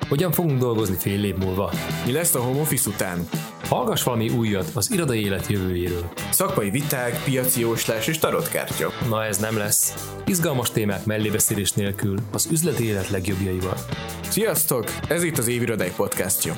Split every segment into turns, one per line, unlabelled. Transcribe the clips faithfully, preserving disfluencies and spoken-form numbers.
Hogyan fogunk dolgozni fél év múlva?
Mi lesz a home office után?
Hallgass valami újat az irodai élet jövőjéről.
Szakmai viták, piaci jóslás és tarotkártya.
Na ez nem lesz. Izgalmas témák mellébeszélés nélkül az üzleti élet legjobbjaival.
Sziasztok! Ez itt az Évirodai podcastja.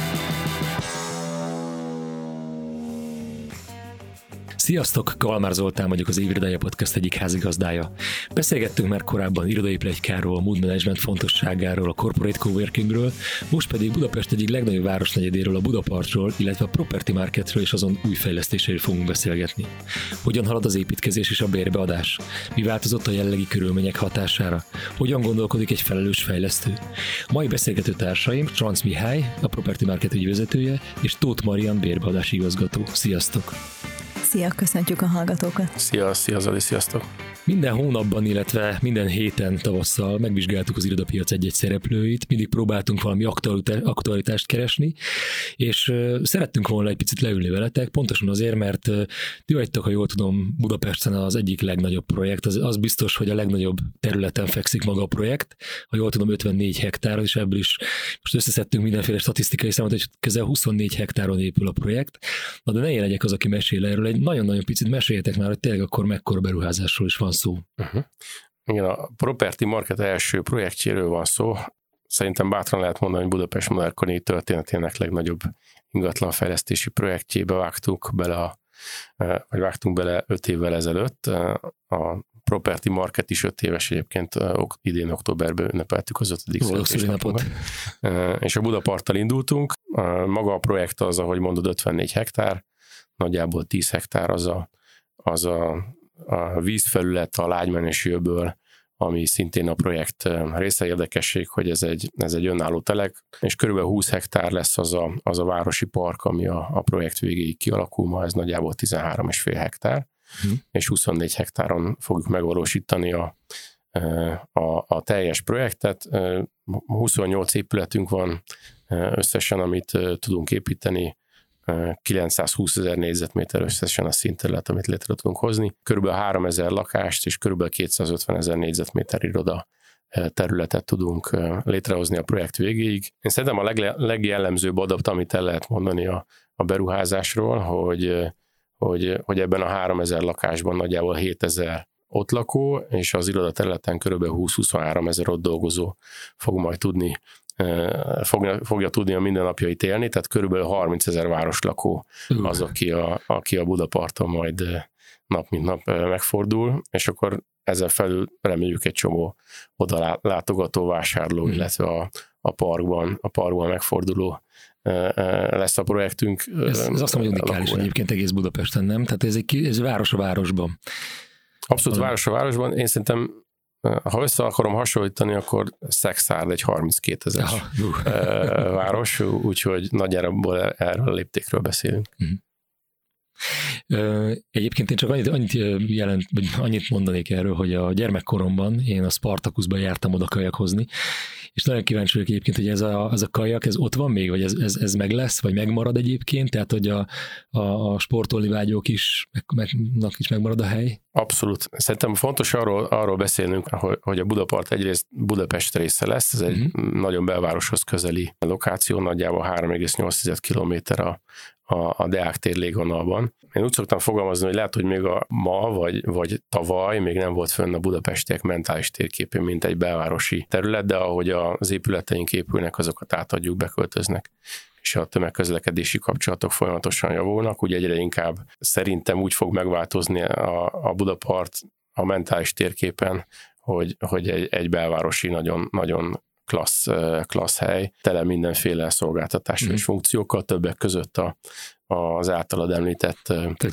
Sziasztok! Kalmár Zoltán vagyok, az Évirodai Podcast egyik házigazdája. Beszélgettünk már korábban irodai pletykáról, mood management fontosságáról, a corporate coworkingről, most pedig Budapest egyik legnagyobb városnegyedéről, a Budapartról, illetve a property marketről és azon új fejlesztéséről fogunk beszélgetni. Hogyan halad az építkezés és a bérbeadás? Mi változott a jelenlegi körülmények hatására? Hogyan gondolkodik egy felelős fejlesztő? Mai beszélgető társaim Franc Mihály, a property market ügyvezetője, és Tóth Marian bérbeadási igazgató. Sziasztok!
Szia, köszöntjük a hallgatókat!
Szia, szia Zoli, sziasztok!
Minden hónapban, illetve minden héten tavasszal megvizsgáltuk az irodapiac egy-egy szereplőit, mindig próbáltunk valami aktualitást keresni, és szerettünk volna egy picit leülni veletek, pontosan azért, mert ti vagytok, ha jól tudom, Budapesten az egyik legnagyobb projekt, az, az biztos, hogy a legnagyobb területen fekszik maga a projekt, ha jól tudom, ötvennégy hektár, és ebből is most összeszedtünk mindenféle statisztikai számot, hogy közel huszonnégy hektáron épül a projekt. Na de ne én legyek az, aki mesél erről, egy nagyon-nagyon picit meséljetek már, hogy tényleg akkor mekkora beruházásról is van szó.
Uh-huh. Igen, a Property Market első projektjéről van szó. Szerintem bátran lehet mondani, hogy Budapest modernkori történetének legnagyobb ingatlanfejlesztési projektjébe vágtunk bele, a, vagy vágtunk bele öt évvel ezelőtt. A Property Market is öt éves egyébként, idén októberben ünnepeltük az ötödik születésnapot. És a Budaparttal indultunk. Maga a projekt az, ahogy mondod, ötvennégy hektár, nagyjából tíz hektár az a, az a a vízfelület a lágymenesi öböl, ami szintén a projekt része. Érdekesség, hogy ez egy, ez egy önálló telek, és körülbelül húsz hektár lesz az a, az a városi park, ami a, a projekt végéig kialakul, ma ez nagyjából tizenhárom egész öt hektár, hmm. és huszonnégy hektáron fogjuk megvalósítani a, a, a teljes projektet. huszonnyolc épületünk van összesen, amit tudunk építeni, kilencszázhúszezer négyzetméter összesen a színterület, amit létre tudunk hozni. Körülbelül háromezer lakást és körülbelül kétszázötvenezer négyzetméter iroda területet tudunk létrehozni a projekt végéig. Én szerintem a leg, legjellemzőbb adat, amit el lehet mondani a, a beruházásról, hogy, hogy, hogy ebben a háromezer lakásban nagyjából hétezer ott lakó, és az iroda területen körülbelül húsz-huszonhárom ezer ott dolgozó fog majd tudni Fogja, fogja tudni a mindennapjait élni, tehát körülbelül harmincezer városlakó az, aki a, aki a Budaparton majd nap mint nap megfordul, és akkor ezzel felül reméljük egy csomó oda látogató vásárló, illetve a, a parkban, a parkban megforduló lesz a projektünk.
Ez, ez azt mondom, hogy unikális egyébként egész Budapesten, nem? Tehát ez egy ez város a városban.
Abszolút város a városban. Én szerintem ha össze akarom hasonlítani, akkor Szexárd egy harminckétezer uh. város, úgyhogy nagyjából erről a léptékről beszélünk. Uh-huh.
Egyébként én csak annyit, annyit, jelent, vagy annyit mondanék erről, hogy a gyermekkoromban én a Spartakuszban jártam oda kajakozni, és nagyon kíváncsi vagyok egyébként, hogy ez a, ez a kajak, ez ott van még, vagy ez, ez, ez meg lesz, vagy megmarad egyébként, tehát hogy a, a, a sportolni vágyók is, meg, meg, is megmarad a hely?
Abszolút. Szerintem fontos arról, arról beszélnünk, hogy a Budapart egyrészt Budapest része lesz, ez egy uh-huh. nagyon belvároshoz közeli lokáció, nagyjából három egész nyolc kilométer a a, a Deák tér légvonalban. Én úgy szoktam fogalmazni, hogy lehet, hogy még a ma, vagy, vagy tavaly még nem volt fönn a budapestiek mentális térképén, mint egy belvárosi terület, de ahogy az épületeink épülnek, azokat átadjuk, beköltöznek, és a tömegközlekedési kapcsolatok folyamatosan javulnak, úgy egyre inkább szerintem úgy fog megváltozni a, a Budapart a mentális térképen, hogy, hogy egy, egy belvárosi nagyon, nagyon klassz, klassz hely, tele mindenféle szolgáltatással mm. és funkciókkal, többek között a, az általad említett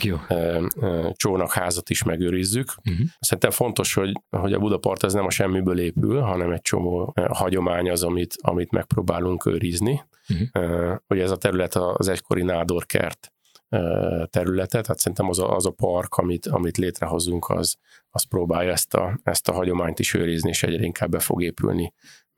csónakházat is megőrizzük. Mm-hmm. Szerintem fontos, hogy, hogy a Budapart ez nem a semmiből épül, hanem egy csomó hagyomány az, amit, amit megpróbálunk őrizni. Mm-hmm. Hogy ez a terület az egykori nádorkert területe, tehát szerintem az a, az a park, amit, amit létrehozunk, az, az próbálja ezt a, ezt a hagyományt is őrizni, és egyre inkább be fog épülni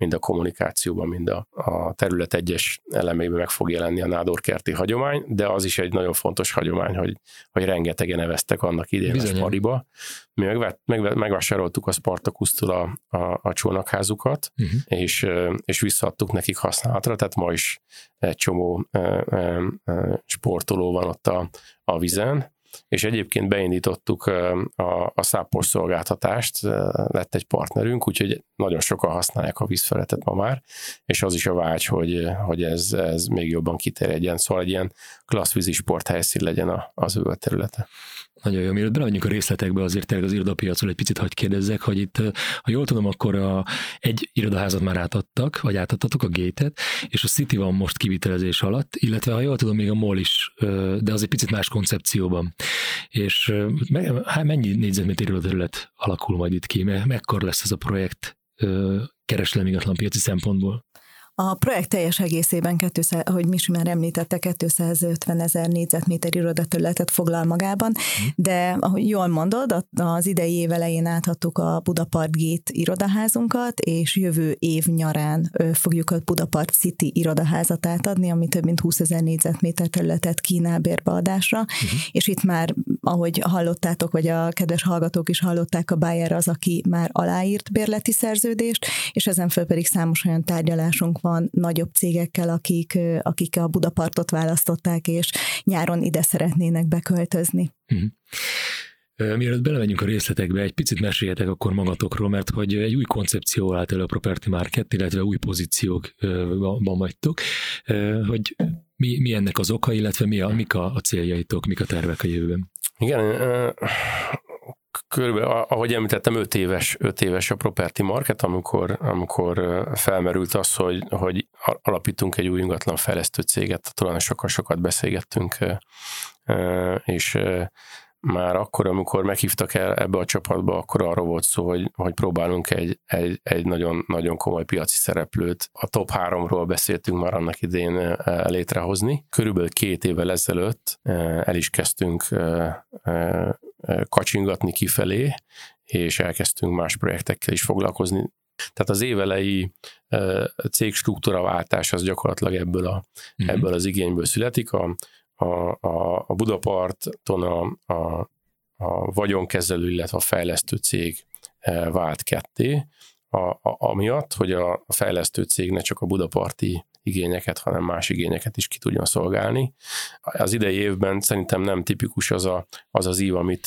mind a kommunikációban, mind a, a terület egyes elemeiben meg fog jelenni a nádorkerti hagyomány, de az is egy nagyon fontos hagyomány, hogy, hogy rengetegen neveztek annak idén a Spariba. Mi meg, meg, megvásároltuk a Spartakusztól a, a, a csónakházukat, uh-huh. és, és visszaadtuk nekik használatra, tehát ma is egy csomó e, e, e, sportoló van ott a, a vizen, és egyébként beindítottuk a, a szápos szolgáltatást, lett egy partnerünk, úgyhogy nagyon sokan használják a vízfeletet ma már, és az is a vágy, hogy, hogy ez, ez még jobban kiterjedjen, szóval egy ilyen klasszvízi sporthelyszín legyen a, az öböl területe.
Nagyon jó, mielőtt belemegyünk a részletekbe, azért tényleg az irodapiacról egy picit hadd kérdezzek, hogy itt, ha jól tudom, akkor a, egy irodaházat már átadtak, vagy átadtatok a Gate-et, és a City van most kivitelezés alatt, illetve ha jól tudom, még a MOL is, de az egy picit más koncepcióban. És hát mennyi négyzetméter irodaterület alakul majd itt ki? Mekkora lesz ez a projekt kereskedelmi ingatlanpiaci szempontból?
A projekt teljes egészében, kétszáz, ahogy Misi már említette, kétszázötven ezer négyzetméter irodaterületet foglal magában, de ahogy jól mondod, az idei év elején átadtuk a Budapart Gate irodaházunkat, és jövő év nyarán fogjuk a Budapart City irodaházat átadni, ami több mint húszezer négyzetméter területet kínál bérbeadásra, uh-huh. és itt már, ahogy hallottátok, vagy a kedves hallgatók is hallották, a buyer az, aki már aláírt bérleti szerződést, és ezen föl pedig számos olyan tárgyalásunk van nagyobb cégekkel, akik, akik a Budapartot választották, és nyáron ide szeretnének beköltözni.
Uh-huh. Mielőtt belemegyünk a részletekbe, egy picit meséljetek akkor magatokról, mert hogy egy új koncepció állt elő a Property Market, illetve új pozíciókban vagytok, hogy mi, mi ennek az oka, illetve mi a, mik a, a céljaitok, mik a tervek a jövőben?
Igen, körülbelül, ahogy említettem, öt éves, öt éves a Property Market, amikor, amikor felmerült az, hogy, hogy alapítunk egy új ingatlan fejlesztő céget, talán sokkal sokat beszélgettünk, és már akkor, amikor meghívtak el ebbe a csapatba, akkor arról volt szó, hogy, hogy próbálunk egy, egy, egy nagyon, nagyon komoly piaci szereplőt. A top háromról beszéltünk már annak idén létrehozni. Körülbelül két évvel ezelőtt el is kezdtünk kacsingatni kifelé, és elkezdtünk más projektekkel is foglalkozni. Tehát az évelei cégstruktúraváltás az gyakorlatilag ebből, a, uh-huh. ebből az igényből születik. A, a, a, a Budaparton a, a, a vagyonkezelő, illetve a fejlesztő cég vált ketté, a, a, amiatt, hogy a fejlesztő cég ne csak a budaparti igényeket, hanem más igényeket is ki tudjon szolgálni. Az idei évben szerintem nem tipikus az a, az, az ív, amit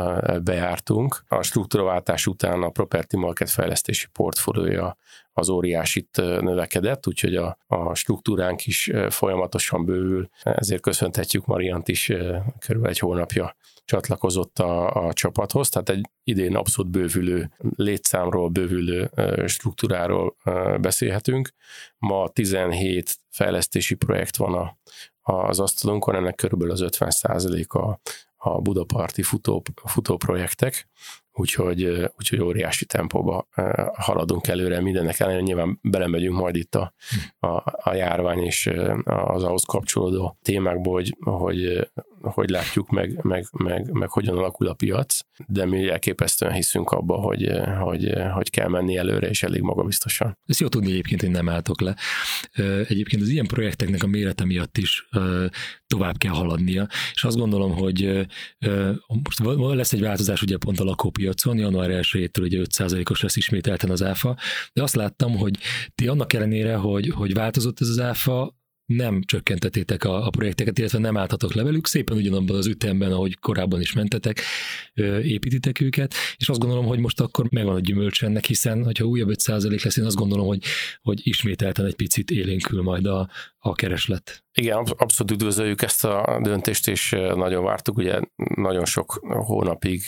bejártunk. A struktúraváltás után a Property Market fejlesztési portfóliója az óriásit növekedett, úgyhogy a, a struktúránk is folyamatosan bővül. Ezért köszönhetjük Mariant is, körülbelül egy hónapja csatlakozott a, a csapathoz, tehát egy idén abszolút bővülő létszámról, bővülő struktúráról beszélhetünk. Ma tizenhét fejlesztési projekt van a, az asztalunkon, ennek körülbelül az ötven százaléka a budaparti futó, futó projektek, úgyhogy, úgyhogy óriási tempóba haladunk előre mindennek ellenére. Nyilván belemegyünk majd itt a, a, a járvány és az ahhoz kapcsolódó témákból, hogy, hogy, hogy látjuk meg, meg, meg, meg hogyan alakul a piac, de mi elképesztően hiszünk abba, hogy, hogy, hogy kell menni előre, és elég magabiztosan.
Ez jó tudni egyébként, hogy nem álltok le. Egyébként az ilyen projekteknek a mérete miatt is tovább kell haladnia, és azt gondolom, hogy most lesz egy változás ugye pont a lakópiacon, január elsejétől ugye öt százalékos lesz ismételten az áfa, de azt láttam, hogy ti annak ellenére, hogy, hogy változott ez az áfa, nem csökkentettétek a, a projekteket, illetve nem álltatok le velük, szépen ugyanabban az ütemben, ahogy korábban is mentetek, építitek őket, és azt gondolom, hogy most akkor megvan a gyümölcs ennek, hiszen hogyha újabb öt százalék lesz, én azt gondolom, hogy, hogy ismételten egy picit élénkül majd a, a kereslet.
Igen, abszolút üdvözöljük ezt a döntést, és nagyon vártuk, ugye nagyon sok hónapig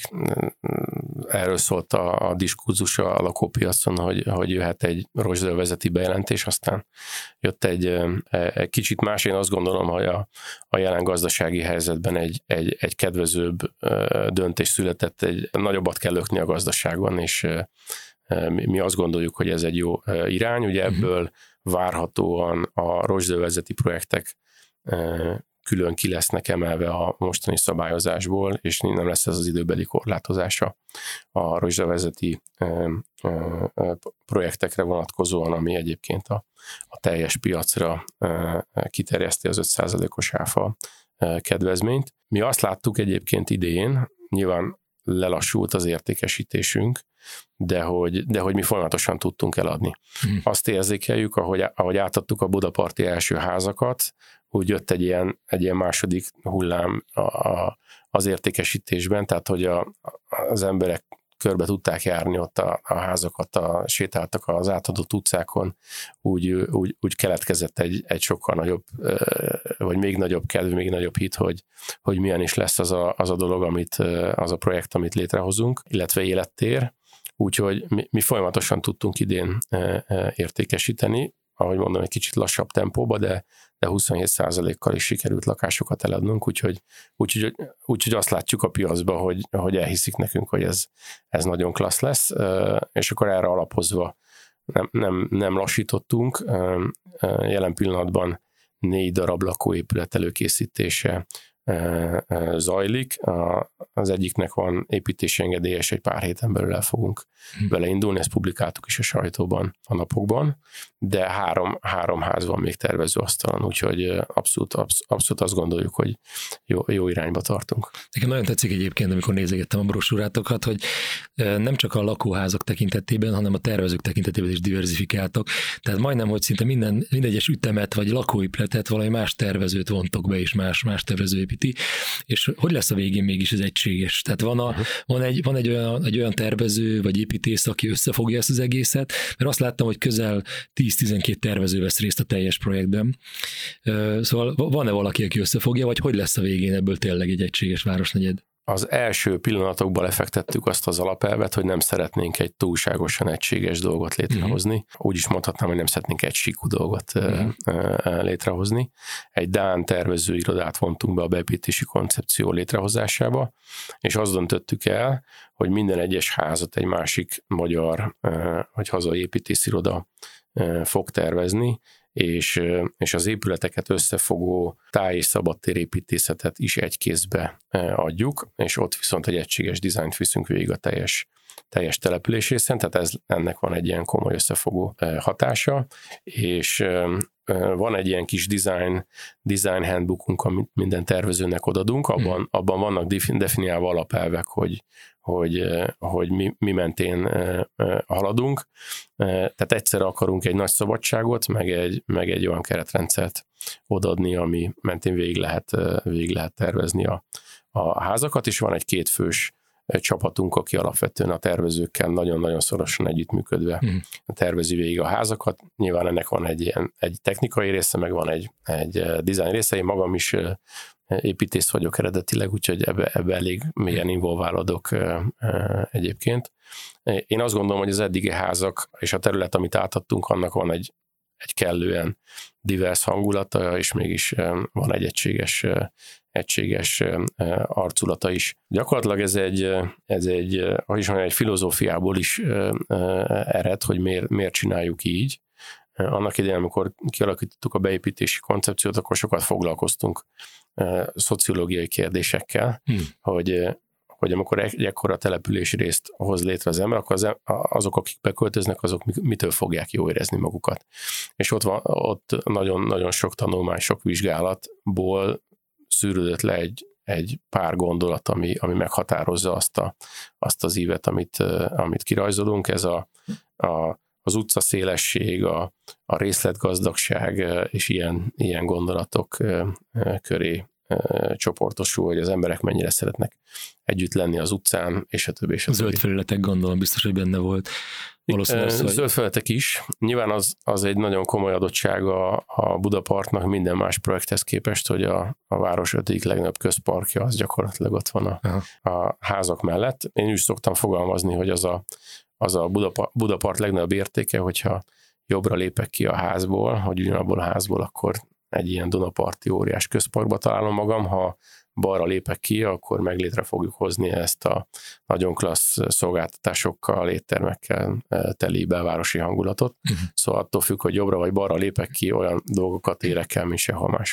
erről szólt a, a diskurzus a lakópiacon, hogy, hogy jöhet egy rozsdővezeti bejelentés, aztán jött egy, egy kicsit más, én azt gondolom, hogy a, a jelen gazdasági helyzetben egy, egy, egy kedvezőbb döntés született, egy nagyobbat kell lökni a gazdaságban, és mi, mi azt gondoljuk, hogy ez egy jó irány, ugye ebből várhatóan a rozsdővezeti projektek külön ki lesznek emelve a mostani szabályozásból, és nem lesz ez az időbeli korlátozása a rozsdavezeti projektekre vonatkozóan, ami egyébként a, a teljes piacra kiterjeszti az öt százalékos áfa kedvezményt. Mi azt láttuk egyébként idén, nyilván lelassult az értékesítésünk, de hogy, de hogy mi folyamatosan tudtunk eladni. Hmm. Azt érzékeljük, ahogy, ahogy átadtuk a budaparti első házakat, úgy jött egy ilyen, egy ilyen második hullám a, a, az értékesítésben, tehát hogy a, az emberek körbe tudták járni ott a, a házakat, a, sétáltak az átadott utcákon, úgy, úgy, úgy keletkezett egy, egy sokkal nagyobb, vagy még nagyobb kedv, még nagyobb hit, hogy, hogy milyen is lesz az a, az a dolog, amit, az a projekt, amit létrehozunk, illetve élettér. Úgyhogy mi, mi folyamatosan tudtunk idén értékesíteni, ahogy mondom, egy kicsit lassabb tempóba, de, de huszonhét százalékkal is sikerült lakásokat eladnunk, úgyhogy, úgyhogy, úgyhogy azt látjuk a piacban, hogy, hogy elhiszik nekünk, hogy ez, ez nagyon klassz lesz, és akkor erre alapozva nem, nem, nem lassítottunk. Jelen pillanatban négy darab lakóépület előkészítése zajlik. Az egyiknek van építési engedélye, és egy pár héten belül el fogunk hmm. vele indulni, ezt publikáltuk is a sajtóban a napokban, de három, három ház van még tervezőasztalon, úgyhogy abszolút, abszolút azt gondoljuk, hogy jó, jó irányba tartunk.
Nekem nagyon tetszik egyébként, amikor nézegettem a brosúrátokat, hogy nem csak a lakóházak tekintetében, hanem a tervezők tekintetében is diverzifikáltak. Tehát majdnem, hogy szinte minden, mindegyes ütemet vagy lakóépületet valami más tervezőt vontok be, és más, más tervező építi. És hogy lesz a végén mégis ez egységes? Tehát van, a, uh-huh. van, egy, van egy, olyan, egy olyan tervező vagy építész, aki összefogja ezt az egészet, mert azt láttam, hogy közel tíz-tizenkét tervező vesz részt a teljes projektben. Szóval van-e valaki, aki összefogja, vagy hogy lesz a végén ebből tényleg egy egységes városnegyed?
Az első pillanatokban lefektettük azt az alapelvet, hogy nem szeretnénk egy túlságosan egységes dolgot létrehozni. Uh-huh. Úgy is mondhatnám, hogy nem szeretnénk egy síkú dolgot uh-huh. létrehozni. Egy dán tervezőirodát vontunk be a beépítési koncepció létrehozásába, és azt döntöttük el, hogy minden egyes házat egy másik magyar vagy hazai építésziroda fog tervezni, és, és az épületeket összefogó táj- és szabadtérépítészetet is egy kézbe adjuk, és ott viszont egy egységes dizájnt viszünk végig a teljes, teljes település részen, tehát ez, ennek van egy ilyen komoly összefogó hatása, és van egy ilyen kis design, design handbookunk, amit minden tervezőnek odadunk, abban, hmm. abban vannak definiálva alapelvek, hogy, hogy, hogy mi, mi mentén haladunk. Tehát egyszerre akarunk egy nagy szabadságot, meg egy, meg egy olyan keretrendszert odaadni, ami mentén végig lehet, végig lehet tervezni a, a házakat, és van egy kétfős csapatunk, aki alapvetően a tervezőkkel nagyon-nagyon szorosan együttműködve mm. tervezi végig a házakat. Nyilván ennek van egy ilyen egy technikai része, meg van egy, egy design része. Én magam is építész vagyok eredetileg, úgyhogy ebbe, ebbe elég mélyen involválódok egyébként. Én azt gondolom, hogy az eddigi házak és a terület, amit átadtunk, annak van egy, egy kellően divers hangulata, és mégis van egy egységes egységes arculata is. Gyakorlatilag ez egy, ez egy, hogy is mondjam, egy filozófiából is ered, hogy miért, miért csináljuk így. Annak idején, amikor kialakítottuk a beépítési koncepciót, akkor sokat foglalkoztunk szociológiai kérdésekkel, hmm. hogy, hogy amikor egy ekkora települési részt hoz létre az ember, akkor az, azok, akik beköltöznek, azok mitől fogják jól érezni magukat. És ott van, ott nagyon-nagyon sok tanulmány, sok vizsgálatból szűrődött le egy, egy pár gondolat, ami, ami meghatározza azt, a, azt az ívet, amit, amit kirajzolunk. Ez a, a, az utcaszélesség, a, a részletgazdagság és ilyen, ilyen gondolatok köré csoportosul, hogy az emberek mennyire szeretnek együtt lenni az utcán, és a többi. És a
zöld felületek gondolom biztos, hogy benne volt.
Valószínűleg zöld felületek is. Nyilván az, az egy nagyon komoly adottsága a Budapartnak minden más projekthez képest, hogy a, a város ötödik legnagyobb közparkja, az gyakorlatilag ott van a, a házak mellett. Én is szoktam fogalmazni, hogy az a, az a Budapart, Budapart legnagyobb értéke, hogyha jobbra lépek ki a házból, hogy ugyanabból a házból, akkor egy ilyen Dunaparti óriás közparkba találom magam, ha balra lépek ki, akkor meg létre fogjuk hozni ezt a nagyon klassz szolgáltatásokkal, éttermekkel teli belvárosi hangulatot. Uh-huh. Szóval attól függ, hogy jobbra vagy balra lépek ki, olyan dolgokat érek el, mint sehol máshol.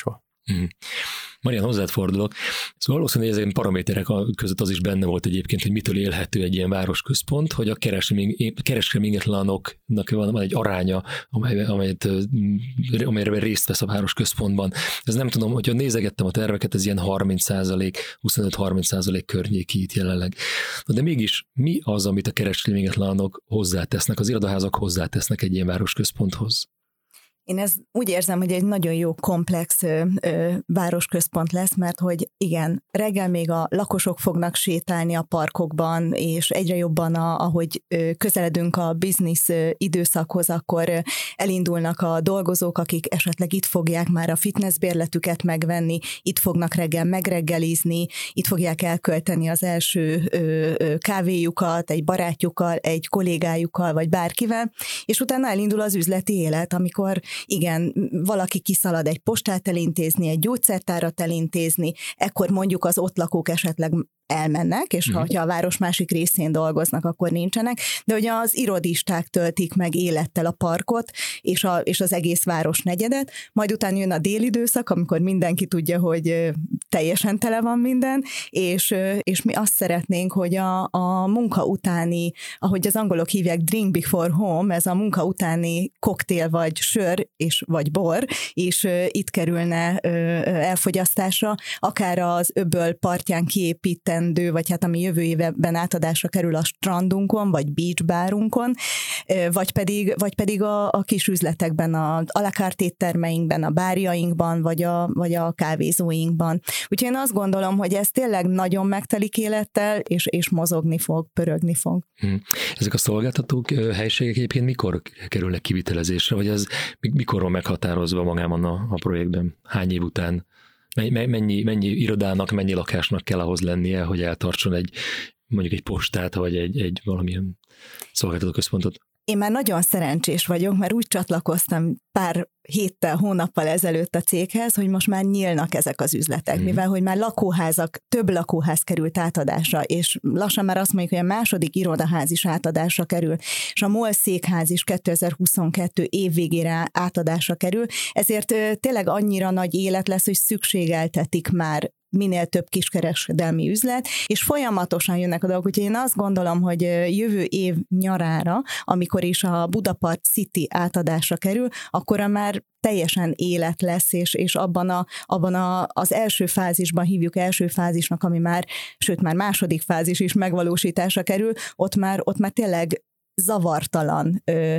Mm. Marian, hozzád fordulok. Szóval valószínűleg ezen paraméterek között az is benne volt egyébként, hogy mitől élhető egy ilyen városközpont, hogy a kereskedelmi ingatlanoknak van, van egy aránya, amely, amelyet, amelyre részt vesz a városközpontban. Ez nem tudom, hogyha nézegettem a terveket, ez ilyen harminc százalék, huszonöt-harminc százalék környéki itt jelenleg. De mégis mi az, amit a kereskedelmi ingatlanok hozzátesznek, az irodaházak hozzátesznek egy ilyen városközponthoz?
Én ez úgy érzem, hogy egy nagyon jó komplex ö, ö, városközpont lesz, mert hogy igen, reggel még a lakosok fognak sétálni a parkokban, és egyre jobban, a, ahogy ö, közeledünk a biznisz ö, időszakhoz, akkor ö, elindulnak a dolgozók, akik esetleg itt fogják már a fitnessbérletüket megvenni, itt fognak reggel megreggelizni, itt fogják elkölteni az első ö, ö, kávéjukat, egy barátjukkal, egy kollégájukkal, vagy bárkivel, és utána elindul az üzleti élet, amikor igen, valaki kiszalad egy postát elintézni, egy gyógyszertárat elintézni, ekkor mondjuk az ott lakók esetleg elmennek, és uh-huh. ha a város másik részén dolgoznak, akkor nincsenek, de hogy az irodisták töltik meg élettel a parkot, és, a, és az egész város negyedet, majd utána jön a délidőszak, amikor mindenki tudja, hogy teljesen tele van minden, és, és mi azt szeretnénk, hogy a, a munka utáni, ahogy az angolok hívják, drink before home, ez a munka utáni koktél vagy sör, és vagy bor, és itt kerülne elfogyasztásra, akár az öböl partján kiépített vagy hát ami jövő évben átadásra kerül a strandunkon, vagy beach barunkon, vagy pedig, vagy pedig a, a kis üzletekben, a à la carte éttermeinkben, a bárjainkban, vagy a, vagy a kávézóinkban. Úgyhogy én azt gondolom, hogy ez tényleg nagyon megtelik élettel, és, és mozogni fog, pörögni fog.
Hmm. Ezek a szolgáltatók, helységek egyébként mikor kerülnek kivitelezésre, vagy ez mikor van meghatározva magában a, a projektben? Hány év után? Mennyi, mennyi irodának, mennyi lakásnak kell ahhoz lennie, hogy eltartson egy, mondjuk egy postát, vagy egy, egy valamilyen szolgáltatóközpontot?
Én már nagyon szerencsés vagyok, mert úgy csatlakoztam pár héttel, hónappal ezelőtt a céghez, hogy most már nyílnak ezek az üzletek, mm. mivel hogy már lakóházak, több lakóház került átadásra, és lassan már azt mondjuk, hogy a második irodaház is átadásra kerül, és a MOL székház is kétezer-huszonkettő év végére átadásra kerül, ezért tényleg annyira nagy élet lesz, hogy szükségeltetik már minél több kiskereskedelmi üzlet, és folyamatosan jönnek a dolgok, úgyhogy én azt gondolom, hogy jövő év nyarára, amikor is a Budapart City átadásra kerül, akkora már teljesen élet lesz, és, és abban, a, abban a, az első fázisban hívjuk első fázisnak, ami már, sőt már második fázis is megvalósításra kerül, ott már, ott már tényleg zavartalan ö,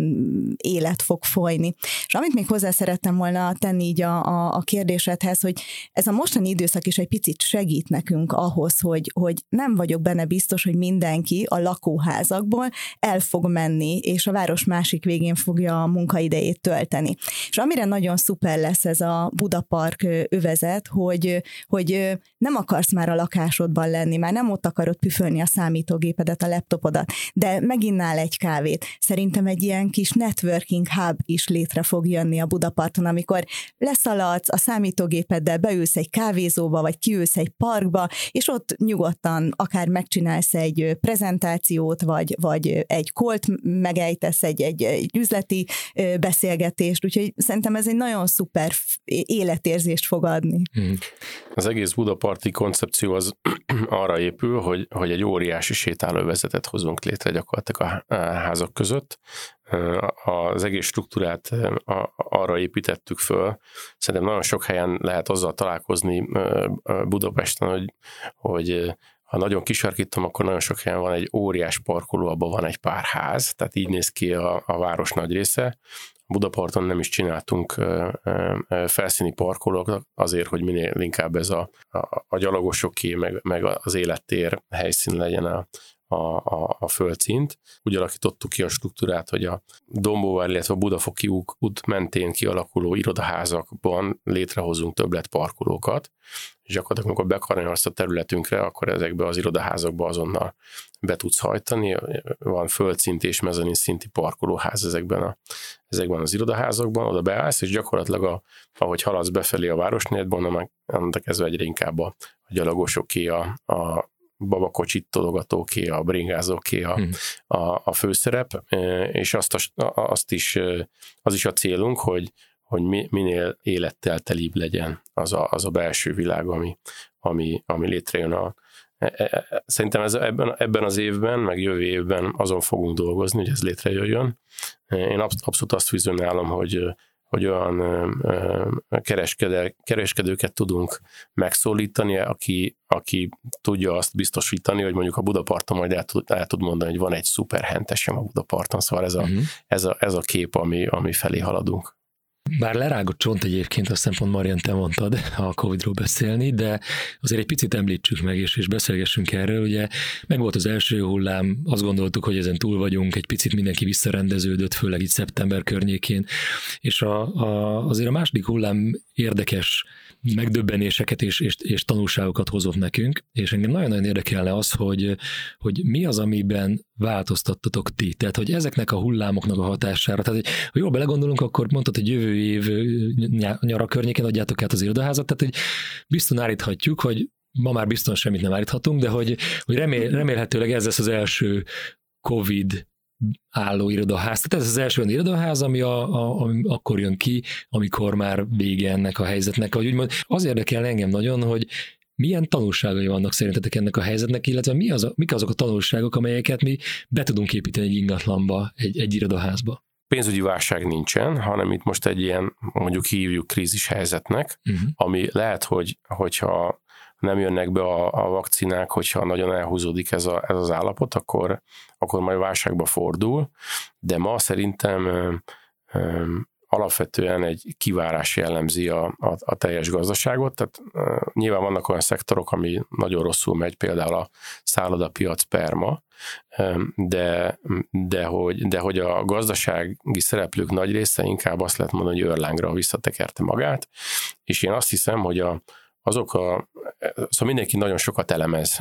élet fog folyni. És amit még hozzá szerettem volna tenni így a, a, a kérdésedhez, hogy ez a mostani időszak is egy picit segít nekünk ahhoz, hogy, hogy nem vagyok benne biztos, hogy mindenki a lakóházakból el fog menni, és a város másik végén fogja a munkaidejét tölteni. És amire nagyon szuper lesz ez a Budapark övezet, hogy, hogy nem akarsz már a lakásodban lenni, már nem ott akarod püfölni a számítógépedet, a laptopodat, de megint egy kávét. Szerintem egy ilyen kis networking hub is létre fog jönni a Budaparton, amikor leszaladsz a számítógépeddel, beülsz egy kávézóba, vagy kiülsz egy parkba, és ott nyugodtan akár megcsinálsz egy prezentációt, vagy, vagy egy kolt megejtesz, egy, egy, egy üzleti beszélgetést, úgyhogy szerintem ez egy nagyon szuper életérzést fog adni.
Az egész budaparti koncepció az arra épül, hogy, hogy egy óriási sétálóvezetet hozunk létre gyakorlatilag a házak között. Az egész struktúrát arra építettük föl. Szerintem nagyon sok helyen lehet azzal találkozni Budapesten, hogy, hogy ha nagyon kisarkítom, akkor nagyon sok helyen van egy óriás parkoló, abban van egy pár ház, tehát így néz ki a, a város nagy része. Budaparton nem is csináltunk felszíni parkolókat azért, hogy minél inkább ez a, a, a gyalogosoké, meg, meg az élettér helyszín legyen a, a, a, a földszint. Úgy alakítottuk ki a struktúrát, hogy a Dombóvár, illetve a Budafoki út mentén kialakuló irodaházakban létrehozunk többlet parkolókat, és gyakorlatilag amikor bekarolsz a területünkre, akkor ezekbe az irodaházakba azonnal be tudsz hajtani. Van földszint és mezanin szinti parkolóház ezekben, a, ezekben az irodaházakban, oda beállsz, és gyakorlatilag a, ahogy haladsz befelé a városnéletben, onnan annak kezdve egyre inkább a, a gyalogosoké, a, a babakocsit tologatóké, a bringázóké a, hmm. a, a főszerep, és azt, a, azt is, az is a célunk, hogy, hogy mi, minél élettel telibb legyen az a, az a belső világ, ami, ami, ami létrejön. A, szerintem ez, ebben, ebben az évben, meg jövő évben azon fogunk dolgozni, hogy ez létrejöjjön. Én abszolút azt vizionálom, hogy hogy olyan kereskedő, kereskedőket tudunk megszólítani, aki, aki tudja azt biztosítani, hogy mondjuk a Budaparton majd el tud, el tud mondani, hogy van egy szuper hentesem a Budaparton, szóval ez a, uh-huh. ez a, ez a kép, ami, ami felé haladunk.
Bár lerágott csont egyébként, azt hiszem pont Marian, te mondtad a Covidról beszélni, de azért egy picit említsük meg, és, és beszélgessünk erről. Ugye meg volt az első hullám, azt gondoltuk, hogy ezen túl vagyunk, egy picit mindenki visszarendeződött, főleg itt szeptember környékén, és a, a, azért a második hullám érdekes megdöbbenéseket és, és, és tanulságokat hozott nekünk, és engem nagyon-nagyon érdekelne az, hogy, hogy mi az, amiben változtattatok ti. Tehát, hogy ezeknek a hullámoknak a hatására, tehát, hogy, ha jól belegondolunk, akkor mondtad, hogy jövő év nyara környéken adjátok át az irodaházat, tehát, hogy biztosan állíthatjuk, hogy ma már biztosan semmit nem állíthatunk, de hogy, hogy remél, remélhetőleg ez lesz az első Covid álló irodaház. Tehát ez az első olyan irodaház, ami, a, a, ami akkor jön ki, amikor már vége ennek a helyzetnek. Ahogy úgymond, az érdekel engem nagyon, hogy milyen tanulságai vannak szerintetek ennek a helyzetnek, illetve mi az a, mik azok a tanulságok, amelyeket mi be tudunk építeni egy ingatlanba, egy, egy irodaházba?
Pénzügyi válság nincsen, hanem itt most egy ilyen, mondjuk hívjuk krízis helyzetnek, uh-huh. ami lehet, hogy hogyha nem jönnek be a, a vakcinák, hogyha nagyon elhúzódik ez, a, ez az állapot, akkor, akkor majd válságba fordul, de ma szerintem ö, ö, alapvetően egy kivárás jellemzi a, a, a teljes gazdaságot, tehát ö, nyilván vannak olyan szektorok, ami nagyon rosszul megy, például a szállodapiac perma, ö, de, de, hogy, de hogy a gazdasági szereplők nagy része inkább azt lehet mondani, hogy őrlángra visszatekerte magát, és én azt hiszem, hogy a azok a, szóval mindenki nagyon sokat elemez,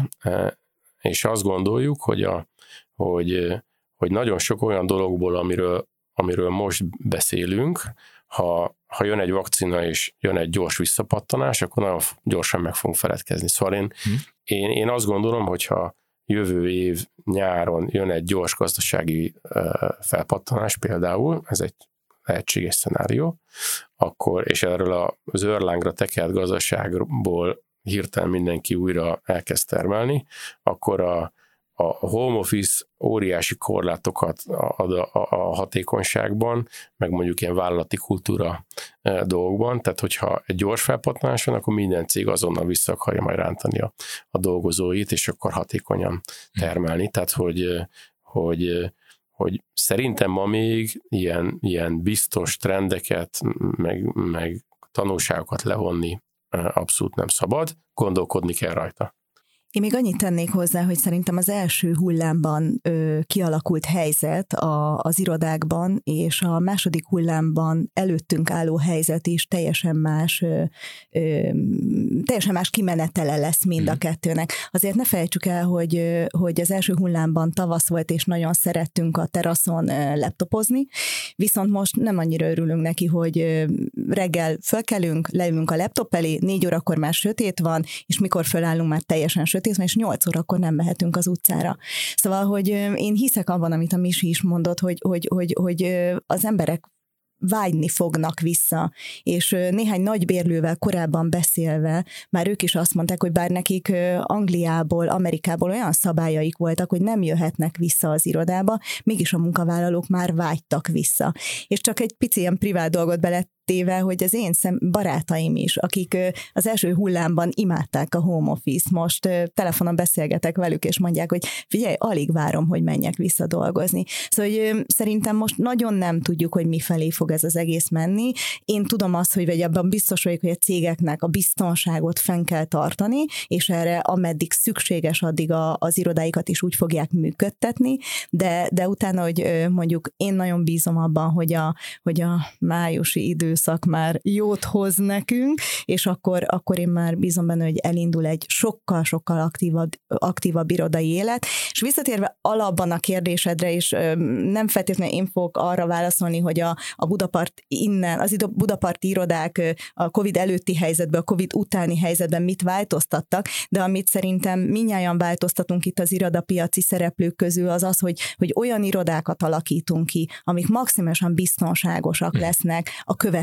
és azt gondoljuk, hogy, a, hogy, hogy nagyon sok olyan dologból, amiről, amiről most beszélünk, ha, ha jön egy vakcina és jön egy gyors visszapattanás, akkor nagyon gyorsan meg fogunk feledkezni. Szóval én, hmm. én, én azt gondolom, hogyha jövő év nyáron jön egy gyors gazdasági felpattanás például, ez egy lehetséges szenárió, akkor, és erről az őrlángra tekert gazdaságból hirtelen mindenki újra elkezd termelni, akkor a, a home office óriási korlátokat ad a, a, a hatékonyságban, meg mondjuk ilyen vállalati kultúra e, dolgokban, tehát hogyha egy gyors felpattanás van, akkor minden cég azonnal vissza akarja majd rántani a, a dolgozóit, és akkor hatékonyan termelni, tehát hogy, hogy hogy szerintem ma még ilyen, ilyen biztos trendeket, meg, meg tanulságokat levonni abszolút nem szabad, gondolkodni kell rajta.
Én még annyit tennék hozzá, hogy szerintem az első hullámban ö, kialakult helyzet a, az irodákban, és a második hullámban előttünk álló helyzet is teljesen más, ö, ö, teljesen más kimenetele lesz mind a kettőnek. Azért ne felejtsük el, hogy, ö, hogy az első hullámban tavasz volt, és nagyon szerettünk a teraszon ö, laptopozni, viszont most nem annyira örülünk neki, hogy ö, reggel fölkelünk, leülünk a laptop elé, négy órakor már sötét van, és mikor fölállunk, már teljesen sötét, és nyolc órakor nem mehetünk az utcára. Szóval, hogy én hiszek abban, amit a Misi is mondott, hogy, hogy, hogy, hogy az emberek vágyni fognak vissza, és néhány nagybérlővel korábban beszélve, már ők is azt mondták, hogy bár nekik Angliából, Amerikából olyan szabályaik voltak, hogy nem jöhetnek vissza az irodába, mégis a munkavállalók már vágytak vissza. És csak egy pici ilyen privát dolgot bele téve, hogy az én szem, barátaim is, akik az első hullámban imádták a home office, most telefonon beszélgetek velük, és mondják, hogy figyelj, alig várom, hogy menjek vissza dolgozni. Szóval hogy szerintem most nagyon nem tudjuk, hogy mifelé fog ez az egész menni. Én tudom azt, hogy vagy abban biztos vagyok, hogy a cégeknek a biztonságot fenn kell tartani, és erre ameddig szükséges, addig a, az irodáikat is úgy fogják működtetni, de, de utána, hogy mondjuk én nagyon bízom abban, hogy a, hogy a májusi idő szak már jót hoz nekünk, és akkor, akkor én már bízom benne, hogy elindul egy sokkal-sokkal aktívabb, aktívabb irodai élet. És visszatérve alapban a kérdésedre, és nem feltétlenül én fogok arra válaszolni, hogy a, a Budapart innen, az budaparti irodák a Covid előtti helyzetben, a Covid utáni helyzetben mit változtattak, de amit szerintem mindnyájan változtatunk itt az irodapiaci szereplők közül, az az, hogy, hogy olyan irodákat alakítunk ki, amik maximálisan biztonságosak lesznek a következő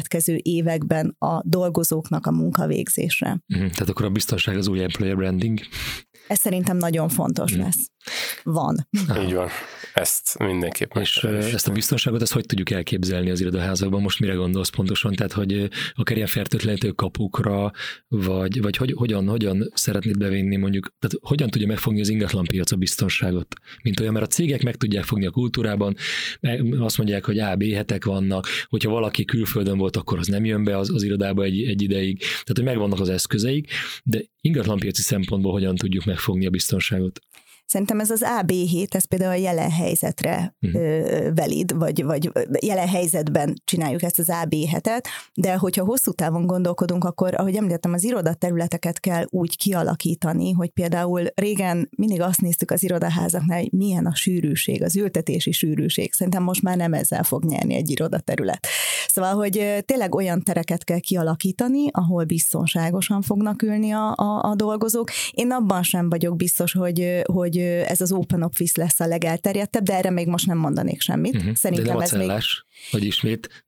következő években a dolgozóknak a munkavégzésre.
Uh-huh. Tehát akkor a biztonság az új employer branding.
Ez szerintem nagyon fontos uh-huh. lesz. Van.
Így van. Ezt mindenképpen.
És ezt a biztonságot, ezt hogy tudjuk elképzelni az irodaházakban? Most mire gondolsz pontosan? Tehát, hogy akár ilyen fertőtlenítő kapukra, vagy, vagy hogy, hogyan, hogyan szeretnéd bevinni mondjuk, tehát hogyan tudja megfogni az ingatlanpiac a biztonságot? Mint olyan, mert a cégek meg tudják fogni a kultúrában, azt mondják, hogy á, bé hetek vannak, hogyha valaki külföldön volt, akkor az nem jön be az, az irodába egy, egy ideig. Tehát, hogy megvannak az eszközeik, de ingatlanpiaci szempontból hogyan tudjuk megfogni a biztonságot?
Szerintem ez az á bé hét, ez például a jelen helyzetre uh-huh. valid, vagy, vagy jelen helyzetben csináljuk ezt az á bé hetet, de hogyha hosszú távon gondolkodunk, akkor, ahogy említettem, az irodaterületeket kell úgy kialakítani, hogy például régen mindig azt néztük az irodaházaknál, hogy milyen a sűrűség, az ültetési sűrűség. Szerintem most már nem ezzel fog nyerni egy irodaterület. Szóval, hogy tényleg olyan tereket kell kialakítani, ahol biztonságosan fognak ülni a, a, a dolgozók. Én abban sem vagyok biztos, hogy, hogy ez az open office lesz a legelterjedtebb, de erre még most nem mondanék semmit.
Uh-huh.
Szerintem
de nem a
ez
cellás, még... vagy ismét...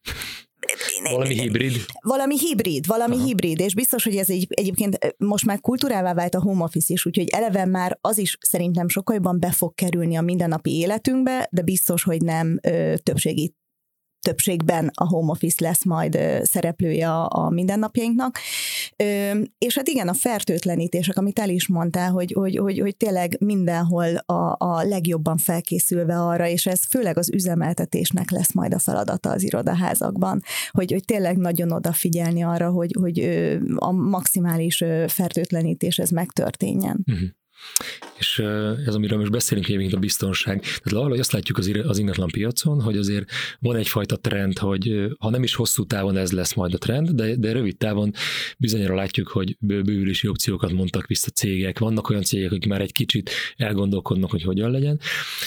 Valami hibrid?
Valami hibrid, valami Aha. hibrid, és biztos, hogy ez egy, egyébként most már kultúrává vált a home office is, úgyhogy eleve már az is szerintem sokkal jobban be fog kerülni a mindennapi életünkbe, de biztos, hogy nem ö, többségi többségben a home office lesz majd ö, szereplője a, a mindennapjainknak. Ö, és hát igen, a fertőtlenítések, amit el is mondtál, hogy, hogy, hogy, hogy tényleg mindenhol a, a legjobban felkészülve arra, és ez főleg az üzemeltetésnek lesz majd a feladata az irodaházakban, hogy, hogy tényleg nagyon odafigyelni arra, hogy, hogy ö, a maximális ö, fertőtlenítés ez megtörténjen. Uh-huh.
És ez, amiről most beszélünk, mint a biztonság. Tehát valahogy azt látjuk az, az ingatlan piacon, hogy azért van egyfajta trend, hogy ha nem is hosszú távon ez lesz majd a trend, de, de rövid távon bizonyára látjuk, hogy bővülési opciókat mondtak vissza cégek. Vannak olyan cégek, akik már egy kicsit elgondolkodnak, hogy hogyan legyen,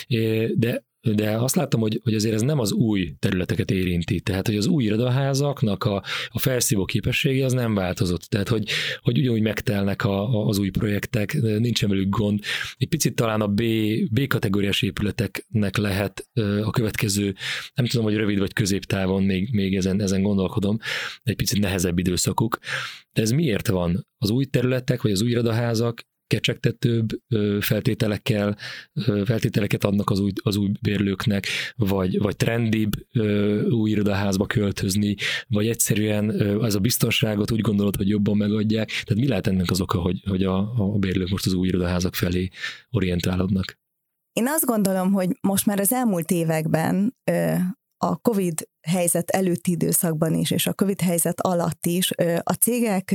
de De azt láttam, hogy, hogy azért ez nem az új területeket érinti. Tehát, hogy az új irodaházaknak a, a felszívó képessége az nem változott. Tehát, hogy, hogy ugyanúgy megtelnek a, a, az új projektek, nincsen velük gond. Egy picit talán a B, B kategóriás épületeknek lehet a következő, nem tudom, hogy rövid vagy középtávon még, még ezen, ezen gondolkodom, egy picit nehezebb időszakuk. De ez miért van? Az új területek, vagy az új irodaházak kecsegtetőbb feltételekkel, feltételeket adnak az új, az új bérlőknek, vagy, vagy trendibb új irodaházba költözni, vagy egyszerűen ez a biztonságot úgy gondolod, hogy jobban megadják. Tehát mi lehet ennek az oka, hogy, hogy a, a bérlők most az új irodaházak felé orientálódnak?
Én azt gondolom, hogy most már az elmúlt években a Covid helyzet előtti időszakban is, és a Covid helyzet alatt is a cégek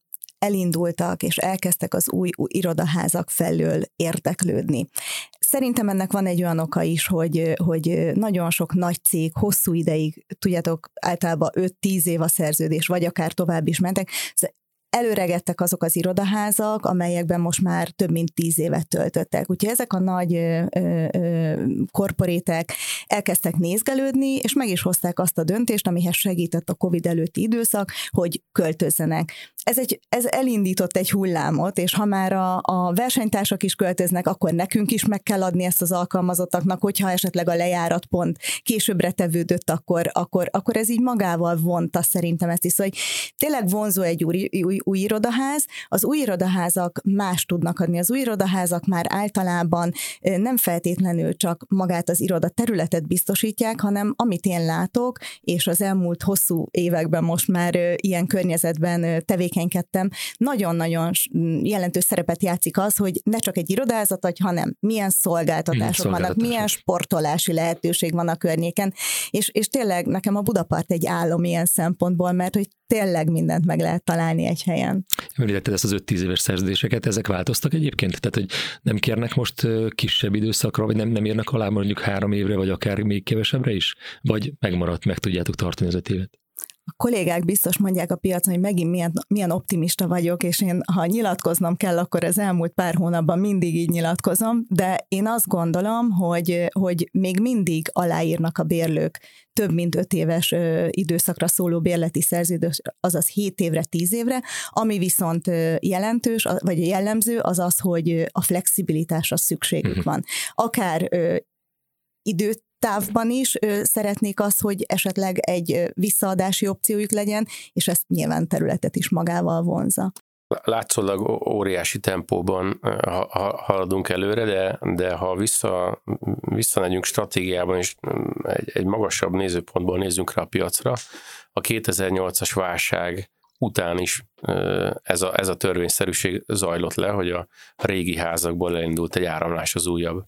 elindultak, és elkezdtek az új, új irodaházak felől érdeklődni. Szerintem ennek van egy olyan oka is, hogy, hogy nagyon sok nagy cég hosszú ideig, tudjátok, általában öt-tíz év a szerződés, vagy akár tovább is mentek, előregettek azok az irodaházak, amelyekben most már több mint tíz évet töltöttek. Úgyhogy ezek a nagy ö, ö, korporétek elkezdtek nézgelődni, és meg is hozták azt a döntést, amihez segített a Covid előtti időszak, hogy költözzenek. Ez, egy, ez elindított egy hullámot, és ha már a, a versenytársak is költöznek, akkor nekünk is meg kell adni ezt az alkalmazottaknak, hogyha esetleg a lejáratpont későbbre tevődött, akkor, akkor, akkor ez így magával vonta szerintem ezt is. Szóval tényleg vonzó egy új, új, új irodaház. Az új irodaházak más tudnak adni. Az új irodaházak már általában nem feltétlenül csak magát az iroda területet biztosítják, hanem amit én látok, és az elmúlt hosszú években most már ilyen környezetben tevékenykedtem, nagyon-nagyon jelentős szerepet játszik az, hogy ne csak egy irodaházat adj, hanem milyen szolgáltatások milyen vannak, milyen sportolási lehetőség van a környéken, és, és tényleg nekem a Budapart egy álom ilyen szempontból, mert hogy tényleg mindent meg lehet találni egy helyen.
Említetted ezt az öt-tíz éves szerződéseket, ezek változtak egyébként? Tehát, hogy nem kérnek most kisebb időszakra, vagy nem, nem érnek alá mondjuk három évre, vagy akár még kevesebbre is? Vagy megmaradt, meg tudjátok tartani az öt évet?
A kollégák biztos mondják a piacon, hogy megint milyen, milyen optimista vagyok, és én, ha nyilatkoznom kell, akkor az elmúlt pár hónapban mindig így nyilatkozom, de én azt gondolom, hogy, hogy még mindig aláírnak a bérlők több mint öt éves ö, időszakra szóló bérleti szerződés, azaz hét évre, tíz évre, ami viszont ö, jelentős, vagy jellemző, az az, hogy a flexibilitásra szükségük uh-huh. van. Akár ö, időt távban is szeretnék azt, hogy esetleg egy visszaadási opciójuk legyen, és ezt nyilván területet is magával vonza.
Látszólag óriási tempóban haladunk előre, de, de ha vissza, visszamegyünk stratégiában, és egy, egy magasabb nézőpontból nézzünk rá a piacra, a kétezer-nyolcas válság után is ez a, ez a törvényszerűség zajlott le, hogy a régi házakból elindult egy áramlás az újabb,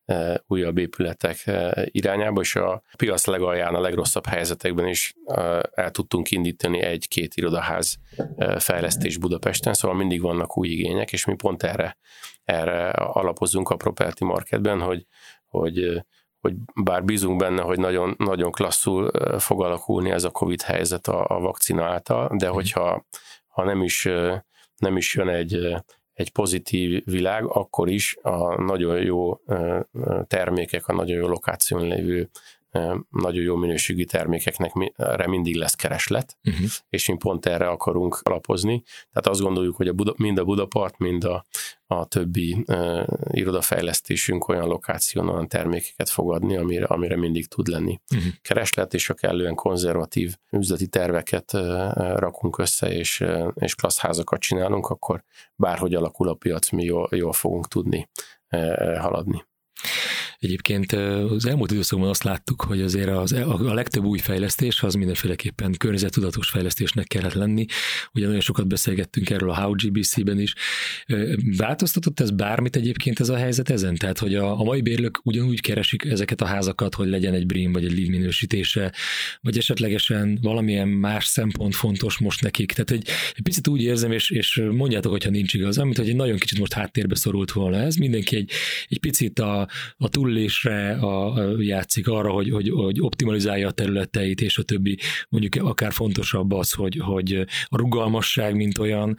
újabb épületek irányába, és a piac legalján, a legrosszabb helyzetekben is el tudtunk indítani egy-két irodaház fejlesztés Budapesten, szóval mindig vannak új igények, és mi pont erre, erre alapozunk a property marketben, hogy, hogy hogy bár bízunk benne, hogy nagyon, nagyon klasszul fog alakulni ez a Covid helyzet a, a vakcina által, de hogyha ha nem is, nem is jön egy, egy pozitív világ, akkor is a nagyon jó termékek, a nagyon jó lokáción lévő, nagyon jó minőségű termékeknek erre mindig lesz kereslet, uh-huh. és mi pont erre akarunk alapozni. Tehát azt gondoljuk, hogy a Buda, mind a Budapart, mind a, a többi uh, irodafejlesztésünk olyan lokáción, olyan termékeket fog adni, amire, amire mindig tud lenni uh-huh. kereslet, és a kellően konzervatív üzleti terveket uh, rakunk össze, és, uh, és klassz házakat csinálunk, akkor bárhogy alakul a piac, mi jól, jól fogunk tudni uh, haladni.
Egyébként az elmúlt időszakban azt láttuk, hogy azért az, a legtöbb új fejlesztés az mindenféleképpen környezettudatos fejlesztésnek kellett lenni. Ugye nagyon sokat beszélgettünk erről a How gé bé cé-ben is. Változtatott ez bármit egyébként ez a helyzet ezen? Tehát, hogy a, a mai bérlők ugyanúgy keresik ezeket a házakat, hogy legyen egy BREEAM vagy egy LEED minősítése, vagy esetlegesen valamilyen más szempont fontos most nekik. Tehát egy, egy picit úgy érzem, és, és mondjátok, hogyha nincs igaz, amit hogy egy nagyon kicsit most háttérbe szorult volna ez. Mindenki egy, egy picit a, a túlélésre a, a játszik arra, hogy, hogy, hogy optimalizálja a területeit, és a többi, mondjuk akár fontosabb az, hogy, hogy a rugalmasság, mint olyan,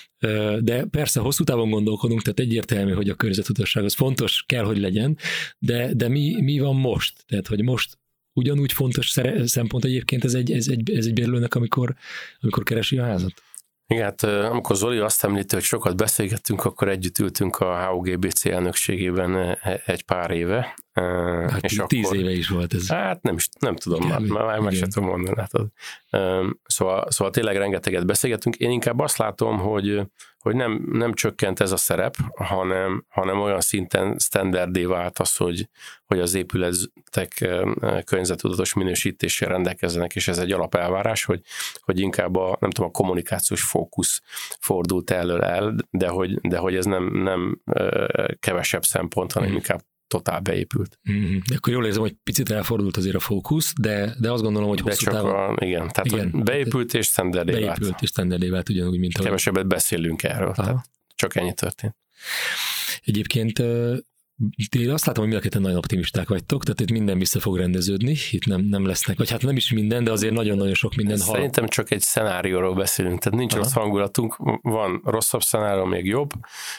de persze hosszú távon gondolkodunk, tehát egyértelmű, hogy a környezettudatosság az fontos, kell, hogy legyen, de, de mi, mi van most? Tehát, hogy most ugyanúgy fontos szempont egyébként ez egy, ez egy, ez egy bérlőnek, amikor, amikor keresi a házat?
Igen, hát amikor Zoli azt említi, hogy sokat beszélgettünk, akkor együtt ültünk a há o gé bé cé elnökségében egy pár éve.
Hát és tíz akkor, éve is volt ez.
Hát nem, is, nem tudom, igen, már, már meg sem tudom mondani. Látod. Szóval, szóval tényleg rengeteget beszélgettünk. Én inkább azt látom, hogy, hogy nem, nem csökkent ez a szerep, hanem, hanem olyan szinten standardé vált az, hogy, hogy az épületek környezettudatos minősítéssel rendelkezzenek, és ez egy alapelvárás, hogy, hogy inkább a, nem tudom, a kommunikációs fókusz fordult elől el, de hogy, de hogy ez nem, nem kevesebb szempont, hanem hmm. inkább totál beépült.
Mm-hmm. Akkor jól érzem, hogy picit elfordult azért a fókusz, de, de azt gondolom, hogy hosszú távon...
A, igen, tehát igen, beépült és standardé vált.
Beépült és standardé vált, ugyanúgy, mint ahogy...
Kevesebbet beszélünk erről, tehát csak ennyi történt.
Egyébként én azt látom, hogy mind a ketten nagyon optimisták vagytok, tehát itt minden vissza fog rendeződni, itt nem, nem lesznek, vagy hát nem is minden, de azért nagyon-nagyon sok minden hal.
Szerintem csak egy szenárióról beszélünk, tehát nincs Aha. rossz hangulatunk, van rosszabb szenárió, még jobb.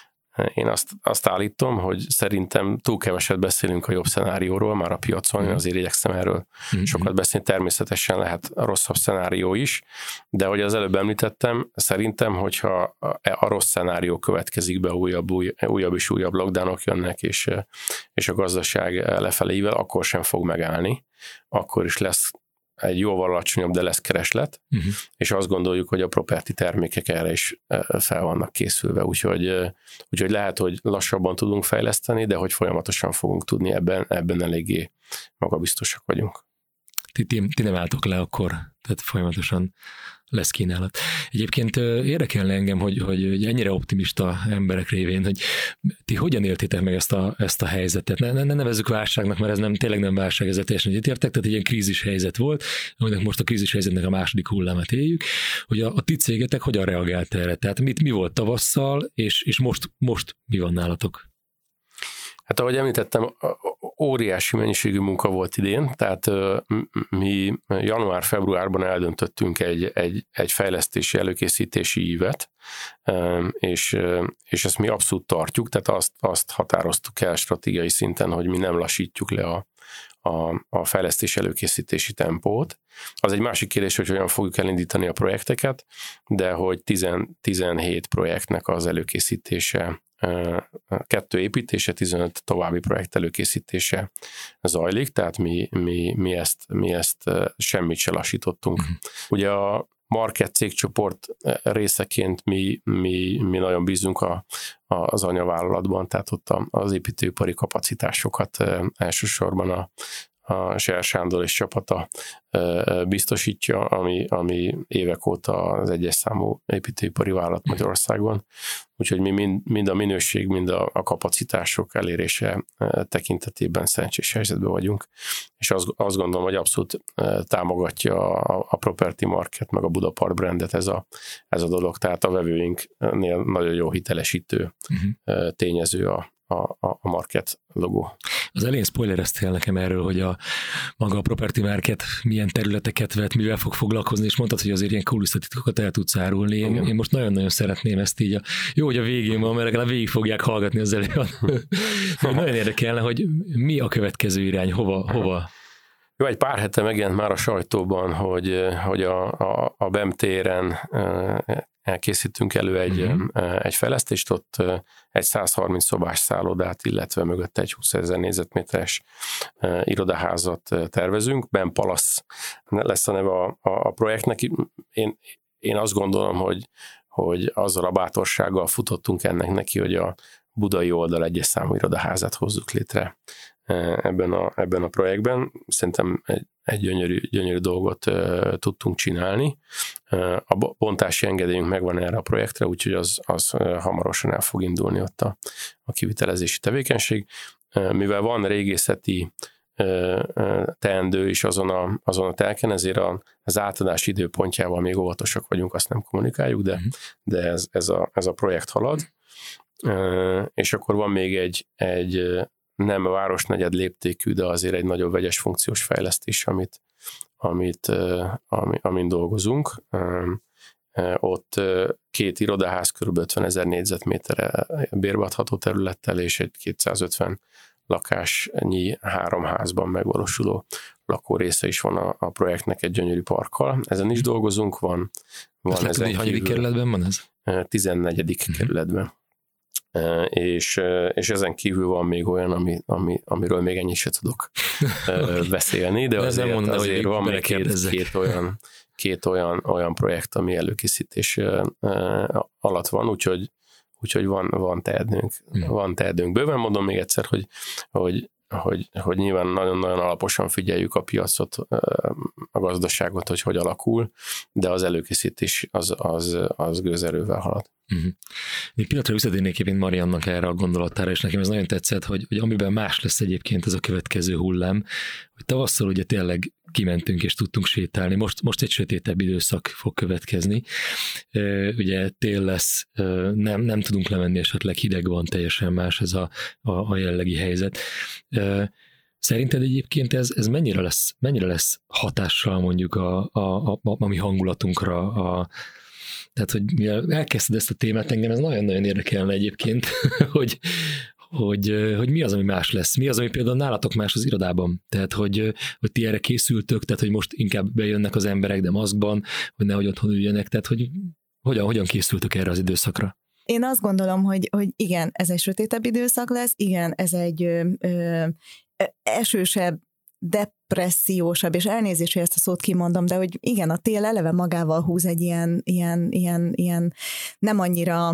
Én azt, azt állítom, hogy szerintem túl keveset beszélünk a jobb szenárióról, már a piacon, én azért igyekszem erről mm-hmm. sokat beszélni, természetesen lehet rosszabb szenárió is, de hogy az előbb említettem, szerintem, hogyha a rossz szenárió következik be, újabb, új, újabb és újabb lockdownok jönnek, és, és a gazdaság lefelével, akkor sem fog megállni, akkor is lesz egy jóval alacsonyabb, de lesz kereslet, uh-huh. és azt gondoljuk, hogy a property termékek erre is fel vannak készülve, úgyhogy, úgyhogy lehet, hogy lassabban tudunk fejleszteni, de hogy folyamatosan fogunk tudni, ebben, ebben eléggé magabiztosak vagyunk.
Ti, ti, ti nem álltok le akkor, tehát folyamatosan lesz kínálat. Egyébként érdekelne engem, hogy, hogy ennyire optimista emberek révén, hogy ti hogyan éltétek meg ezt a, ezt a helyzetet? Ne, ne nevezzük válságnak, mert ez nem, tényleg nem válság, ezzel teljesen egyetértek, tehát egy ilyen krízis helyzet volt, aminek most a krízis helyzetnek a második hullámát éljük, hogy a, a ti cégetek hogyan reagált erre? Tehát mit, mi volt tavasszal, és, és most, most mi van nálatok?
Hát ahogy említettem, óriási mennyiségű munka volt idén, tehát mi január-februárban eldöntöttünk egy, egy, egy fejlesztési, előkészítési ívet, és, és ezt mi abszolút tartjuk, tehát azt, azt határoztuk el stratégiai szinten, hogy mi nem lassítjuk le a, a, a fejlesztés előkészítési tempót. Az egy másik kérdés, hogy hogyan fogjuk elindítani a projekteket, de hogy tíz, tizenhét projektnek az előkészítése kettő építése, tizenöt további projekt előkészítése zajlik, tehát mi, mi, mi, ezt, mi ezt semmit se lassítottunk. Uh-huh. Ugye a Market cégcsoport részeként mi, mi, mi nagyon bízunk a, a, az anyavállalatban, tehát ott az építőipari kapacitásokat elsősorban a, a Ser Sándor és csapata biztosítja, ami, ami évek óta az egyes számú építőipari vállalat Magyarországon. Úgyhogy mi mind, mind a minőség, mind a, a kapacitások elérése tekintetében szerencsés helyzetben vagyunk. És azt, azt gondolom, hogy abszolút támogatja a, a Property Market, meg a Budapart brandet ez a, ez a dolog. Tehát a vevőinknél nagyon jó hitelesítő uh-huh. tényező a A, a Market logó.
Az elején spoilereztél nekem erről, hogy a maga a Property Market milyen területeket vet, mivel fog foglalkozni, és mondtad, hogy azért ilyen kulisszatitkokat el tudsz árulni. Én, én most nagyon-nagyon szeretném ezt így. A, jó, hogy a végén van, mert legalább végig fogják hallgatni az előadót. Nagyon érdekelne, hogy mi a következő irány, hova, hova?
Jó, egy pár hete megjelent már a sajtóban, hogy, hogy a, a, a bé e em téren elkészítünk elő egy, uh-huh. egy fejlesztést, ott egy száz harminc szobás szállodát, illetve mögött egy húszezer négyzetméteres irodaházat tervezünk. bé e em Palace lesz a neve a, a, a projektnek. Én, én azt gondolom, hogy, hogy azzal a bátorsággal futottunk ennek neki, hogy a budai oldal egyes számú irodaházat hozzuk létre ebben a, ebben a projektben. Szerintem egy, egy gyönyörű, gyönyörű dolgot uh, tudtunk csinálni. Uh, a bontási engedélyünk megvan erre a projektre, úgyhogy az, az uh, hamarosan el fog indulni ott a, a kivitelezési tevékenység. Uh, mivel van régészeti uh, uh, teendő is azon a, azon a telken, ezért a, az átadás időpontjával még óvatosak vagyunk, azt nem kommunikáljuk, de, de ez, ez, a, ez a projekt halad. Uh, és akkor van még egy, egy nem a városnegyed léptékű, de azért egy nagyobb vegyes funkciós fejlesztés, amit, amit, ami, amin dolgozunk. Ott két irodaház, kb. ötvenezer négyzetméterre bérbeadható területtel, és egy kétszázötven lakásnyi három házban megvalósuló lakórésze is van a, a projektnek egy gyönyörű parkkal. Ezen is dolgozunk, van.
van ezen kívül... Hanyadik kerületben van ez?
tizennegyedik Uh-huh. kerületben. És, és ezen kívül van még olyan, ami, ami, amiről még ennyit se tudok beszélni, de azért, mondom, azért van még két, két, olyan, két olyan, olyan projekt, ami előkészítés alatt van, úgyhogy, úgyhogy van, van teendőnk. Hmm. Van teendőnk. Bőven mondom még egyszer, hogy, hogy Hogy, hogy nyilván nagyon-nagyon alaposan figyeljük a piacot, a gazdaságot, hogy hogy alakul, de az előkészítés az, az, az gőzerővel halad.
Uh-huh. Még pillanatra visszatérnék éppen Mariannak erre a gondolatára, és nekem ez nagyon tetszett, hogy, hogy amiben más lesz egyébként ez a következő hullám, hogy tavasszal ugye tényleg kimentünk és tudtunk sétálni, most, most egy sötétebb időszak fog következni, ugye tél lesz, nem, nem tudunk lemenni, esetleg hideg van, teljesen más ez a, a, a jellegi helyzet. Szerinted egyébként ez, ez mennyire lesz, mennyire lesz hatással mondjuk a, a, a, a mi hangulatunkra, a, tehát, hogy mivel elkezdted ezt a témát, engem ez nagyon-nagyon érdekelne egyébként, hogy, hogy, hogy mi az, ami más lesz. Mi az, ami például nálatok más az irodában. Tehát, hogy, hogy ti erre készültök, tehát, hogy most inkább bejönnek az emberek, de maszkban, hogy nehogy otthon üljenek. Tehát, hogy hogyan, hogyan készültök erre az időszakra?
Én azt gondolom, hogy, hogy igen, ez egy sötétebb időszak lesz, igen, ez egy ö, ö, esősebb, depressziósabb, és elnézést, hogy ezt a szót kimondom, de hogy igen, a tél eleve magával húz egy ilyen, ilyen, ilyen, ilyen nem annyira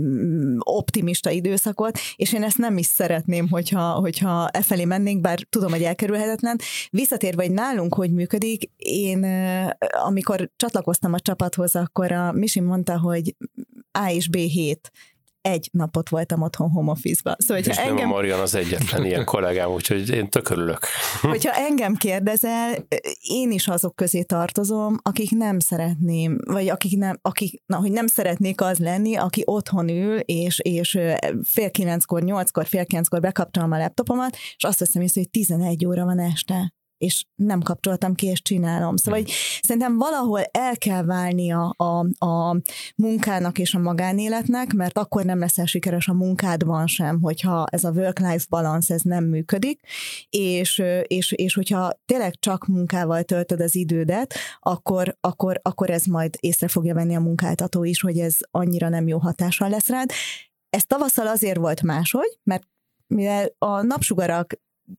optimista időszakot, és én ezt nem is szeretném, hogyha, hogyha e felé mennénk, bár tudom, hogy elkerülhetetlen. Visszatérve, hogy nálunk hogy működik, én amikor csatlakoztam a csapathoz, akkor a Misi mondta, hogy A és B hét. Egy napot voltam otthon home office-ban. Szóval,
és nem engem... a Marian az egyetlen ilyen kollégám, úgyhogy én tök örülök.
Hogyha engem kérdezel, én is azok közé tartozom, akik nem szeretném, vagy akik nem, akik, na, hogy nem szeretnék az lenni, aki otthon ül, és, és fél kilenckor, nyolckor, fél kilenckor bekapcsolom a laptopomat, és azt veszem észre, hogy tizenegy óra van este, és nem kapcsoltam ki, és csinálom. Szóval hogy szerintem valahol el kell válni a, a, a munkának és a magánéletnek, mert akkor nem leszel sikeres a munkádban sem, hogyha ez a work-life balance ez nem működik, és, és, és hogyha tényleg csak munkával töltöd az idődet, akkor, akkor, akkor ez majd észre fogja venni a munkáltató is, hogy ez annyira nem jó hatással lesz rád. Ez tavasszal azért volt máshogy, mert mivel a napsugarak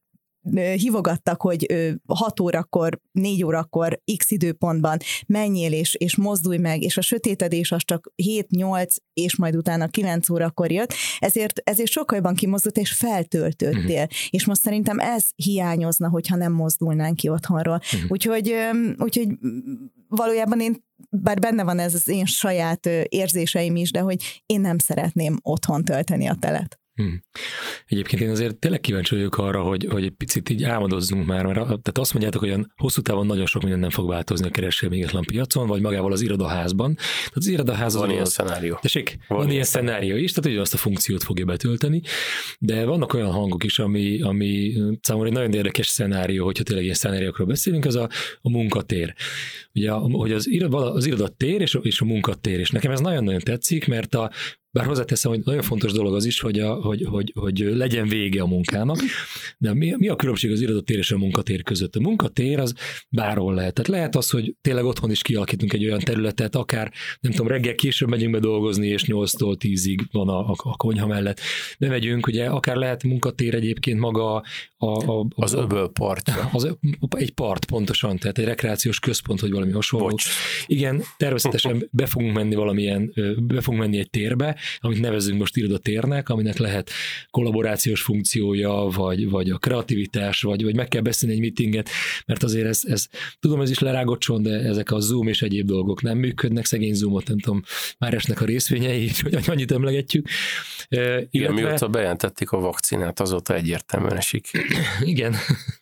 hívogattak, hogy hat órakor, négy órakor, x időpontban menjél és, és mozdulj meg, és a sötétedés az csak hét-nyolc, és majd utána kilenc órakor jött, ezért, ezért sokkal jobban kimozdult, és feltöltöttél. Uh-huh. És most szerintem ez hiányozna, hogyha nem mozdulnánk ki otthonról. Uh-huh. Úgyhogy, úgyhogy valójában én, bár benne van ez az én saját érzéseim is, de hogy én nem szeretném otthon tölteni a telet.
Hmm. Egyébként én azért tényleg kíváncsi vagyok arra, hogy, hogy egy picit így álmodozzunk már, mert tehát azt mondjátok, hogy olyan hosszú távon nagyon sok minden nem fog változni a kereskedelmi piacon, vagy magával az irodaházban. Tehát az irodaház
van
az
ilyen
az,
szenárió.
Tessék, van, van ilyen szenárió is, tehát ugyanazt a funkciót fogja betölteni, de vannak olyan hangok is, ami, ami számomra egy nagyon érdekes szenárió, hogyha tényleg ilyen szenáriókról beszélünk, az a, a munkatér. Ugye, hogy az, iroda, az irodatér és a, és a munkatér, és nekem ez nagyon-nagyon tetszik, mert a bár hozzáteszem, hogy nagyon fontos dolog az is, hogy, a, hogy, hogy, hogy legyen vége a munkának, de mi, mi a különbség az irodatér és a munkatér között? A munkatér az bárhol lehet. Tehát lehet az, hogy tényleg otthon is kialakítunk egy olyan területet, akár nem tudom, reggel később megyünk be dolgozni, és nyolctól tízig van a, a, a konyha mellett. Bemegyünk, ugye akár lehet munkatér egyébként maga a, a, a,
az öböl partja.
Az, egy part pontosan, tehát egy rekreációs központ, vagy valami hasonló. Bocs. Igen, természetesen be fogunk menni valamilyen, be fogunk menni egy térbe, amit nevezünk most irodatérnek, aminek lehet kollaborációs funkciója, vagy, vagy a kreativitás, vagy, vagy meg kell beszélni egy meetinget, mert azért ez, ez, tudom, ez is lerágocson, de ezek a Zoom és egyéb dolgok nem működnek, szegény Zoomot, nem tudom, már esnek a részvényei, hogy annyit emlegetjük.
Igen, illetve... mióta bejelentették a vakcinát, azóta egyértelműen esik.
Igen.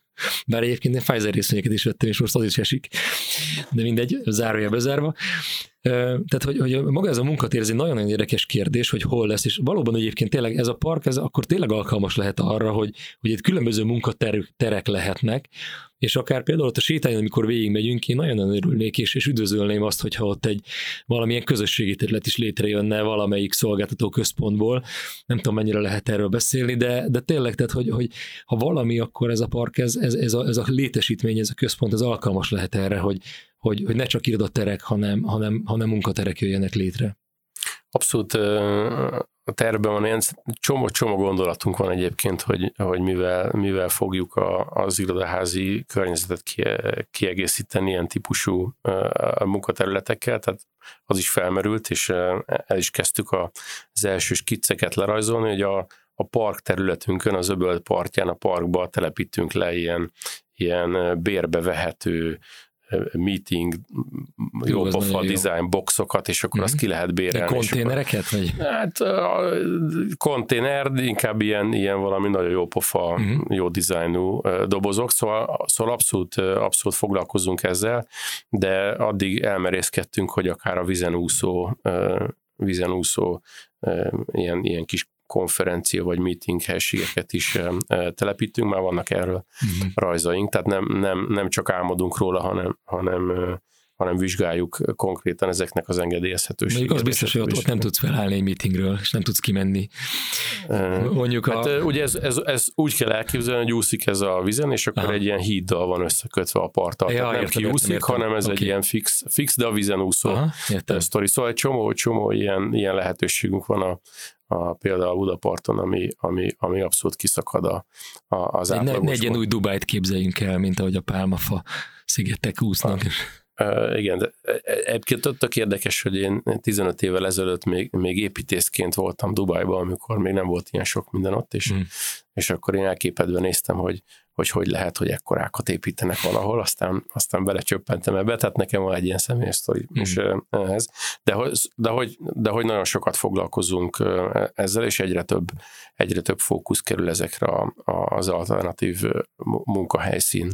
Bár egyébként én Pfizer részvényeket is vettem, és most az is esik. De mindegy, zárója bezárva. Tehát, hogy, hogy maga ez a munkatér, ez egy nagyon-nagyon érdekes kérdés, hogy hol lesz, és valóban egyébként tényleg ez a park, ez akkor tényleg alkalmas lehet arra, hogy, hogy itt különböző munkaterek lehetnek, és akár például ott a sétányon, amikor végigmegyünk, én nagyon-nagyon örülnék, és, és üdvözölném azt, hogyha ott egy valamilyen közösségi terület is létrejönne valamelyik szolgáltató központból. Nem tudom, mennyire lehet erről beszélni, de, de tényleg, tehát, hogy, hogy ha valami, akkor ez a park, ez, ez, ez, a, ez a létesítmény, ez a központ, ez alkalmas lehet erre, hogy, hogy, hogy ne csak irodaterek, hanem, hanem, hanem munkaterek jöjjenek létre.
Abszolút a tervben van ilyen csomó-csomó gondolatunk van egyébként, hogy, hogy mivel, mivel fogjuk a, az irodaházi környezetet kiegészíteni ilyen típusú munkaterületekkel, tehát az is felmerült, és el is kezdtük az első skicceket lerajzolni, hogy a, a park területünkön, az öböl partján, a parkba telepítünk le ilyen, ilyen bérbe vehető meeting, jópofa design boxokat, és akkor mm-hmm. azt ki lehet bérelni.
Konténereket? Vagy?
Hát a konténer, inkább ilyen, ilyen valami nagyon jópofa, mm-hmm. jó dizájnú dobozok, szóval, szóval abszolút, abszolút foglalkozunk ezzel, de addig elmerészkedtünk, hogy akár a vízen úszó, vízen úszó ilyen, ilyen kis konferencia vagy meeting helységeket is telepítünk, már vannak erről mm-hmm. rajzaink, tehát nem, nem, nem csak álmodunk róla, hanem, hanem, hanem vizsgáljuk konkrétan ezeknek az engedélyezhetőségét.
Mondjuk az biztos, hogy ott, ott nem tudsz felállni egy meetingről, és nem tudsz kimenni. Mondjuk
hát a... ugye ez, ez, ez úgy kell elképzelni, hogy úszik ez a vízen, és akkor Aha. egy ilyen híddal van összekötve a parttal. Ja, nem értem, kiúszik, értem, hanem ez okay. egy ilyen fix, fix, de a vízen úszó sztori. Szóval egy csomó, csomó ilyen, ilyen lehetőségünk van a A, például a Budaparton, ami, ami, ami abszolút kiszakad a, a, az átlagos.
Ne, ne egy ilyen új Dubájt képzeljünk el, mint ahogy a pálmafa szigetek úsznak.
Uh, igen, de egyébként tök érdekes, hogy én tizenöt évvel ezelőtt még, még építészként voltam Dubájban, amikor még nem volt ilyen sok minden ott, és, mm. és akkor én elképedve néztem, hogy hogy hogy lehet, hogy ekkorákat építenek valahol, aztán, aztán belecsöppentem ebbe, tehát nekem van egy ilyen személyes sztori mm. is ehhez. De, de, hogy, de hogy nagyon sokat foglalkozunk ezzel, és egyre több, egyre több fókusz kerül ezekre a, a, az alternatív munkahelyszín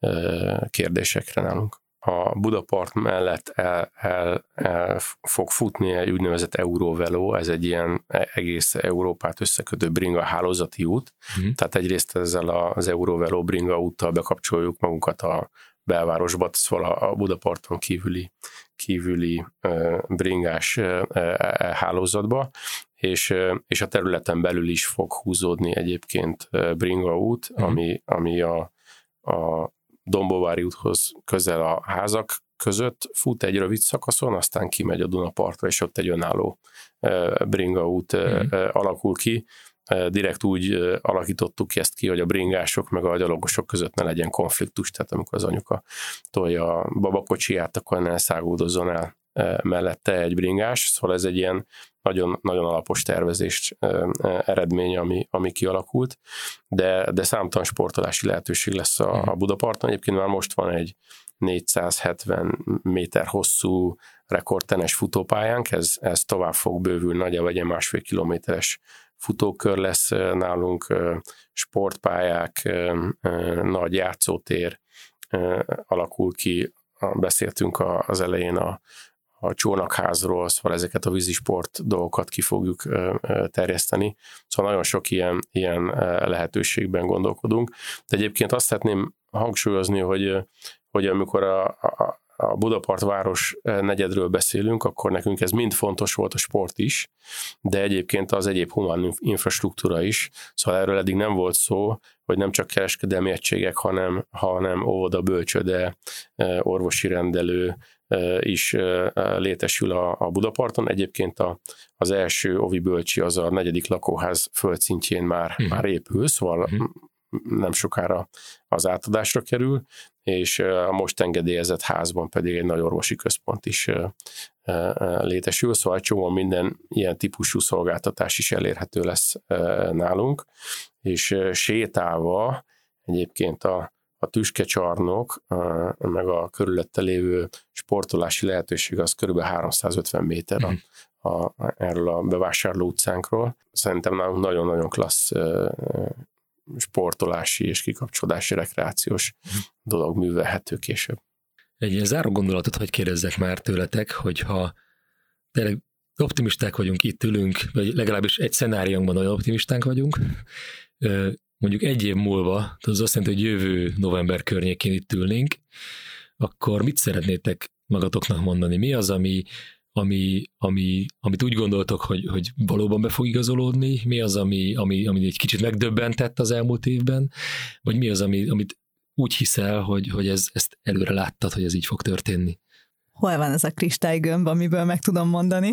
kérdésekre nálunk. A Budapart mellett el, el, el fog futni egy úgynevezett Eurovelo, ez egy ilyen egész Európát összekötő bringa hálózati út. Mm. Tehát egyrészt ezzel az Eurovelo bringa úttal bekapcsoljuk magunkat a belvárosba, szóval a Budaparton kívüli, kívüli bringás hálózatba, és, és a területen belül is fog húzódni egyébként bringa út, mm. ami, ami a, a Dombóvári úthoz közel a házak között fut egy rövid szakaszon, aztán kimegy a Dunapartra, és ott egy önálló bringaút mm. alakul ki. Direkt úgy alakítottuk ezt ki, hogy a bringások meg a gyalogosok között ne legyen konfliktus, tehát amikor az anyuka tolja a babakocsiját, akkor ne száguldozzon el mellette egy bringás, szóval ez egy ilyen nagyon, nagyon alapos tervezés eredménye, ami, ami kialakult, de, de számtalan sportolási lehetőség lesz a, a Budaparton. Egyébként már most van egy négyszázhetven méter hosszú rekordtenes futópályánk, ez, ez tovább fog bővülni, nagyjából egy másfél kilométeres futókör lesz nálunk, sportpályák, nagy játszótér alakul ki, beszéltünk az elején a, a csónakházról, szóval ezeket a vízisport dolgokat ki fogjuk terjeszteni, szóval nagyon sok ilyen, ilyen lehetőségben gondolkodunk, de egyébként azt szeretném hangsúlyozni, hogy, hogy amikor a, a a Budapart város negyedről beszélünk, akkor nekünk ez mind fontos volt, a sport is, de egyébként az egyéb humán infrastruktúra is, szóval erről eddig nem volt szó, hogy nem csak kereskedelmi egységek, hanem, hanem óvoda, bölcsöde, orvosi rendelő is létesül a, a Budaparton. Egyébként a, az első ovi bölcsi, az a negyedik lakóház földszintjén már, uh-huh. már épül, szóval uh-huh. nem sokára az átadásra kerül, és a most engedélyezett házban pedig egy nagy orvosi központ is létesül, szóval egy csomó minden ilyen típusú szolgáltatás is elérhető lesz nálunk, és sétálva egyébként a, a tüskecsarnok, meg a körülötte lévő sportolási lehetőség az körülbelül háromszázötven méter a, a, erről a bevásárló utcánkról. Szerintem nálunk nagyon-nagyon klassz sportolási és kikapcsolódási rekreációs dolog művelhető később.
Egy ilyen záró gondolatot hadd kérdezzek már tőletek, hogyha tényleg optimisták vagyunk, itt ülünk, vagy legalábbis egy szenáriónkban nagyon optimisták vagyunk, mondjuk egy év múlva, az azt jelenti, hogy jövő november környékén itt ülnénk, akkor mit szeretnétek magatoknak mondani? Mi az, ami Ami, ami, amit úgy gondoltok, hogy, hogy valóban be fog igazolódni, mi az, ami, ami, ami egy kicsit megdöbbentett az elmúlt évben, vagy mi az, ami, amit úgy hiszel, hogy, hogy ez, ezt előre láttad, hogy ez így fog történni?
Hol van ez a kristálygömb, amiből meg tudom mondani?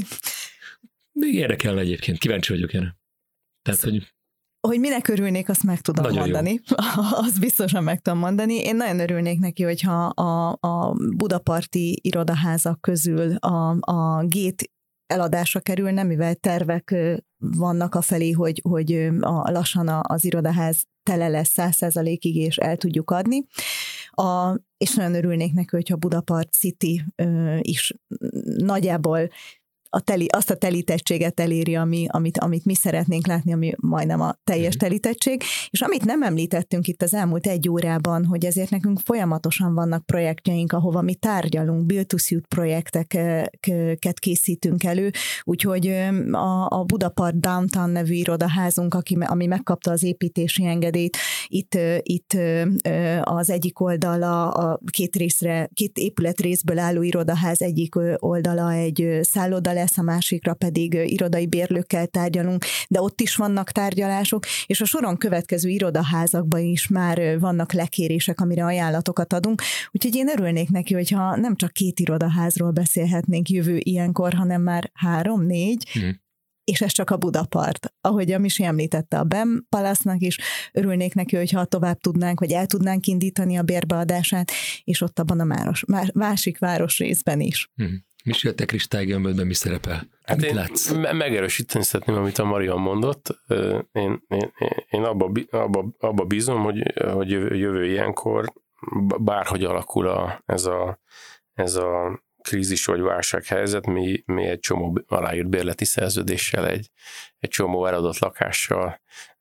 Még érdekelne egyébként, kíváncsi vagyok erre. Tehát, hogy...
Hogy minek örülnék, azt meg tudom nagyon mondani. Azt biztosan meg tudom mondani. Én nagyon örülnék neki, hogyha a, a budaparti irodaházak közül a, a gét eladásra kerülne, mivel tervek vannak afelé, hogy, hogy a, lassan az irodaház tele lesz száz százalékig, és el tudjuk adni. A, és nagyon örülnék neki, hogyha Budapart City ö, is nagyjából a teli, azt a telítettséget eléri, ami, amit, amit mi szeretnénk látni, ami majdnem a teljes telítettség, és amit nem említettünk itt az elmúlt egy órában, hogy ezért nekünk folyamatosan vannak projektjeink, ahova mi tárgyalunk, Build to Suit projekteket készítünk elő, úgyhogy a, a Budapart Downtown nevű irodaházunk, aki, ami megkapta az építési engedélyt, itt, itt az egyik oldala a két részre, két épületrészből álló irodaház egyik oldala egy szálloda lesz, a másikra pedig irodai bérlőkkel tárgyalunk, de ott is vannak tárgyalások, és a soron következő irodaházakban is már vannak lekérések, amire ajánlatokat adunk, úgyhogy én örülnék neki, hogyha nem csak két irodaházról beszélhetnénk jövő ilyenkor, hanem már három, négy, hmm. és ez csak a Budapart. Ahogy a Misi említette a BEM Palace-nak is, örülnék neki, hogyha tovább tudnánk, vagy el tudnánk indítani a bérbeadását, és ott abban a máros, másik városrészben is.
Hmm. Misi, a te kristálygömbödben mi szerepel?
Hát mit én látsz? megerősíteni szeretném, amit a Marian mondott. Én, én, én abba, abba, abba bízom, hogy, hogy jövő ilyenkor bárhogy alakul a, ez, a, ez a krízis vagy válsághelyzet, mi, mi egy csomó aláírt bérleti szerződéssel, egy, egy csomó eladott lakással,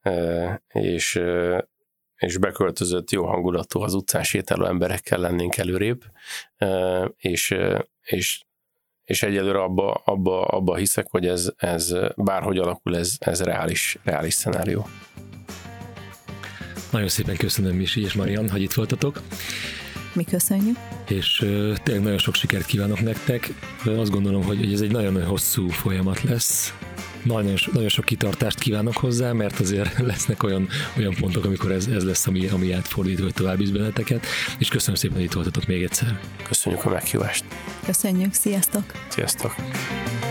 és, és beköltözött jó hangulatú az utcán sétáló emberekkel lennénk előrébb, és, és és egyelőre abba, abba, abba hiszek, hogy ez, ez bárhogy alakul, ez, ez reális, reális szenárió.
Nagyon szépen köszönöm, Misi és Marian, hogy itt voltatok.
Mi köszönjük.
És uh, tényleg nagyon sok sikert kívánok nektek. Azt gondolom, hogy, hogy ez egy nagyon-nagyon hosszú folyamat lesz, Nagyon, nagyon sok kitartást kívánok hozzá, mert azért lesznek olyan, olyan pontok, amikor ez, ez lesz, ami, ami átfordít, vagy tovább visz benneteket, és köszönöm szépen, hogy itt voltatok még egyszer.
Köszönjük a meghívást.
Köszönjük, sziasztok!
Sziasztok!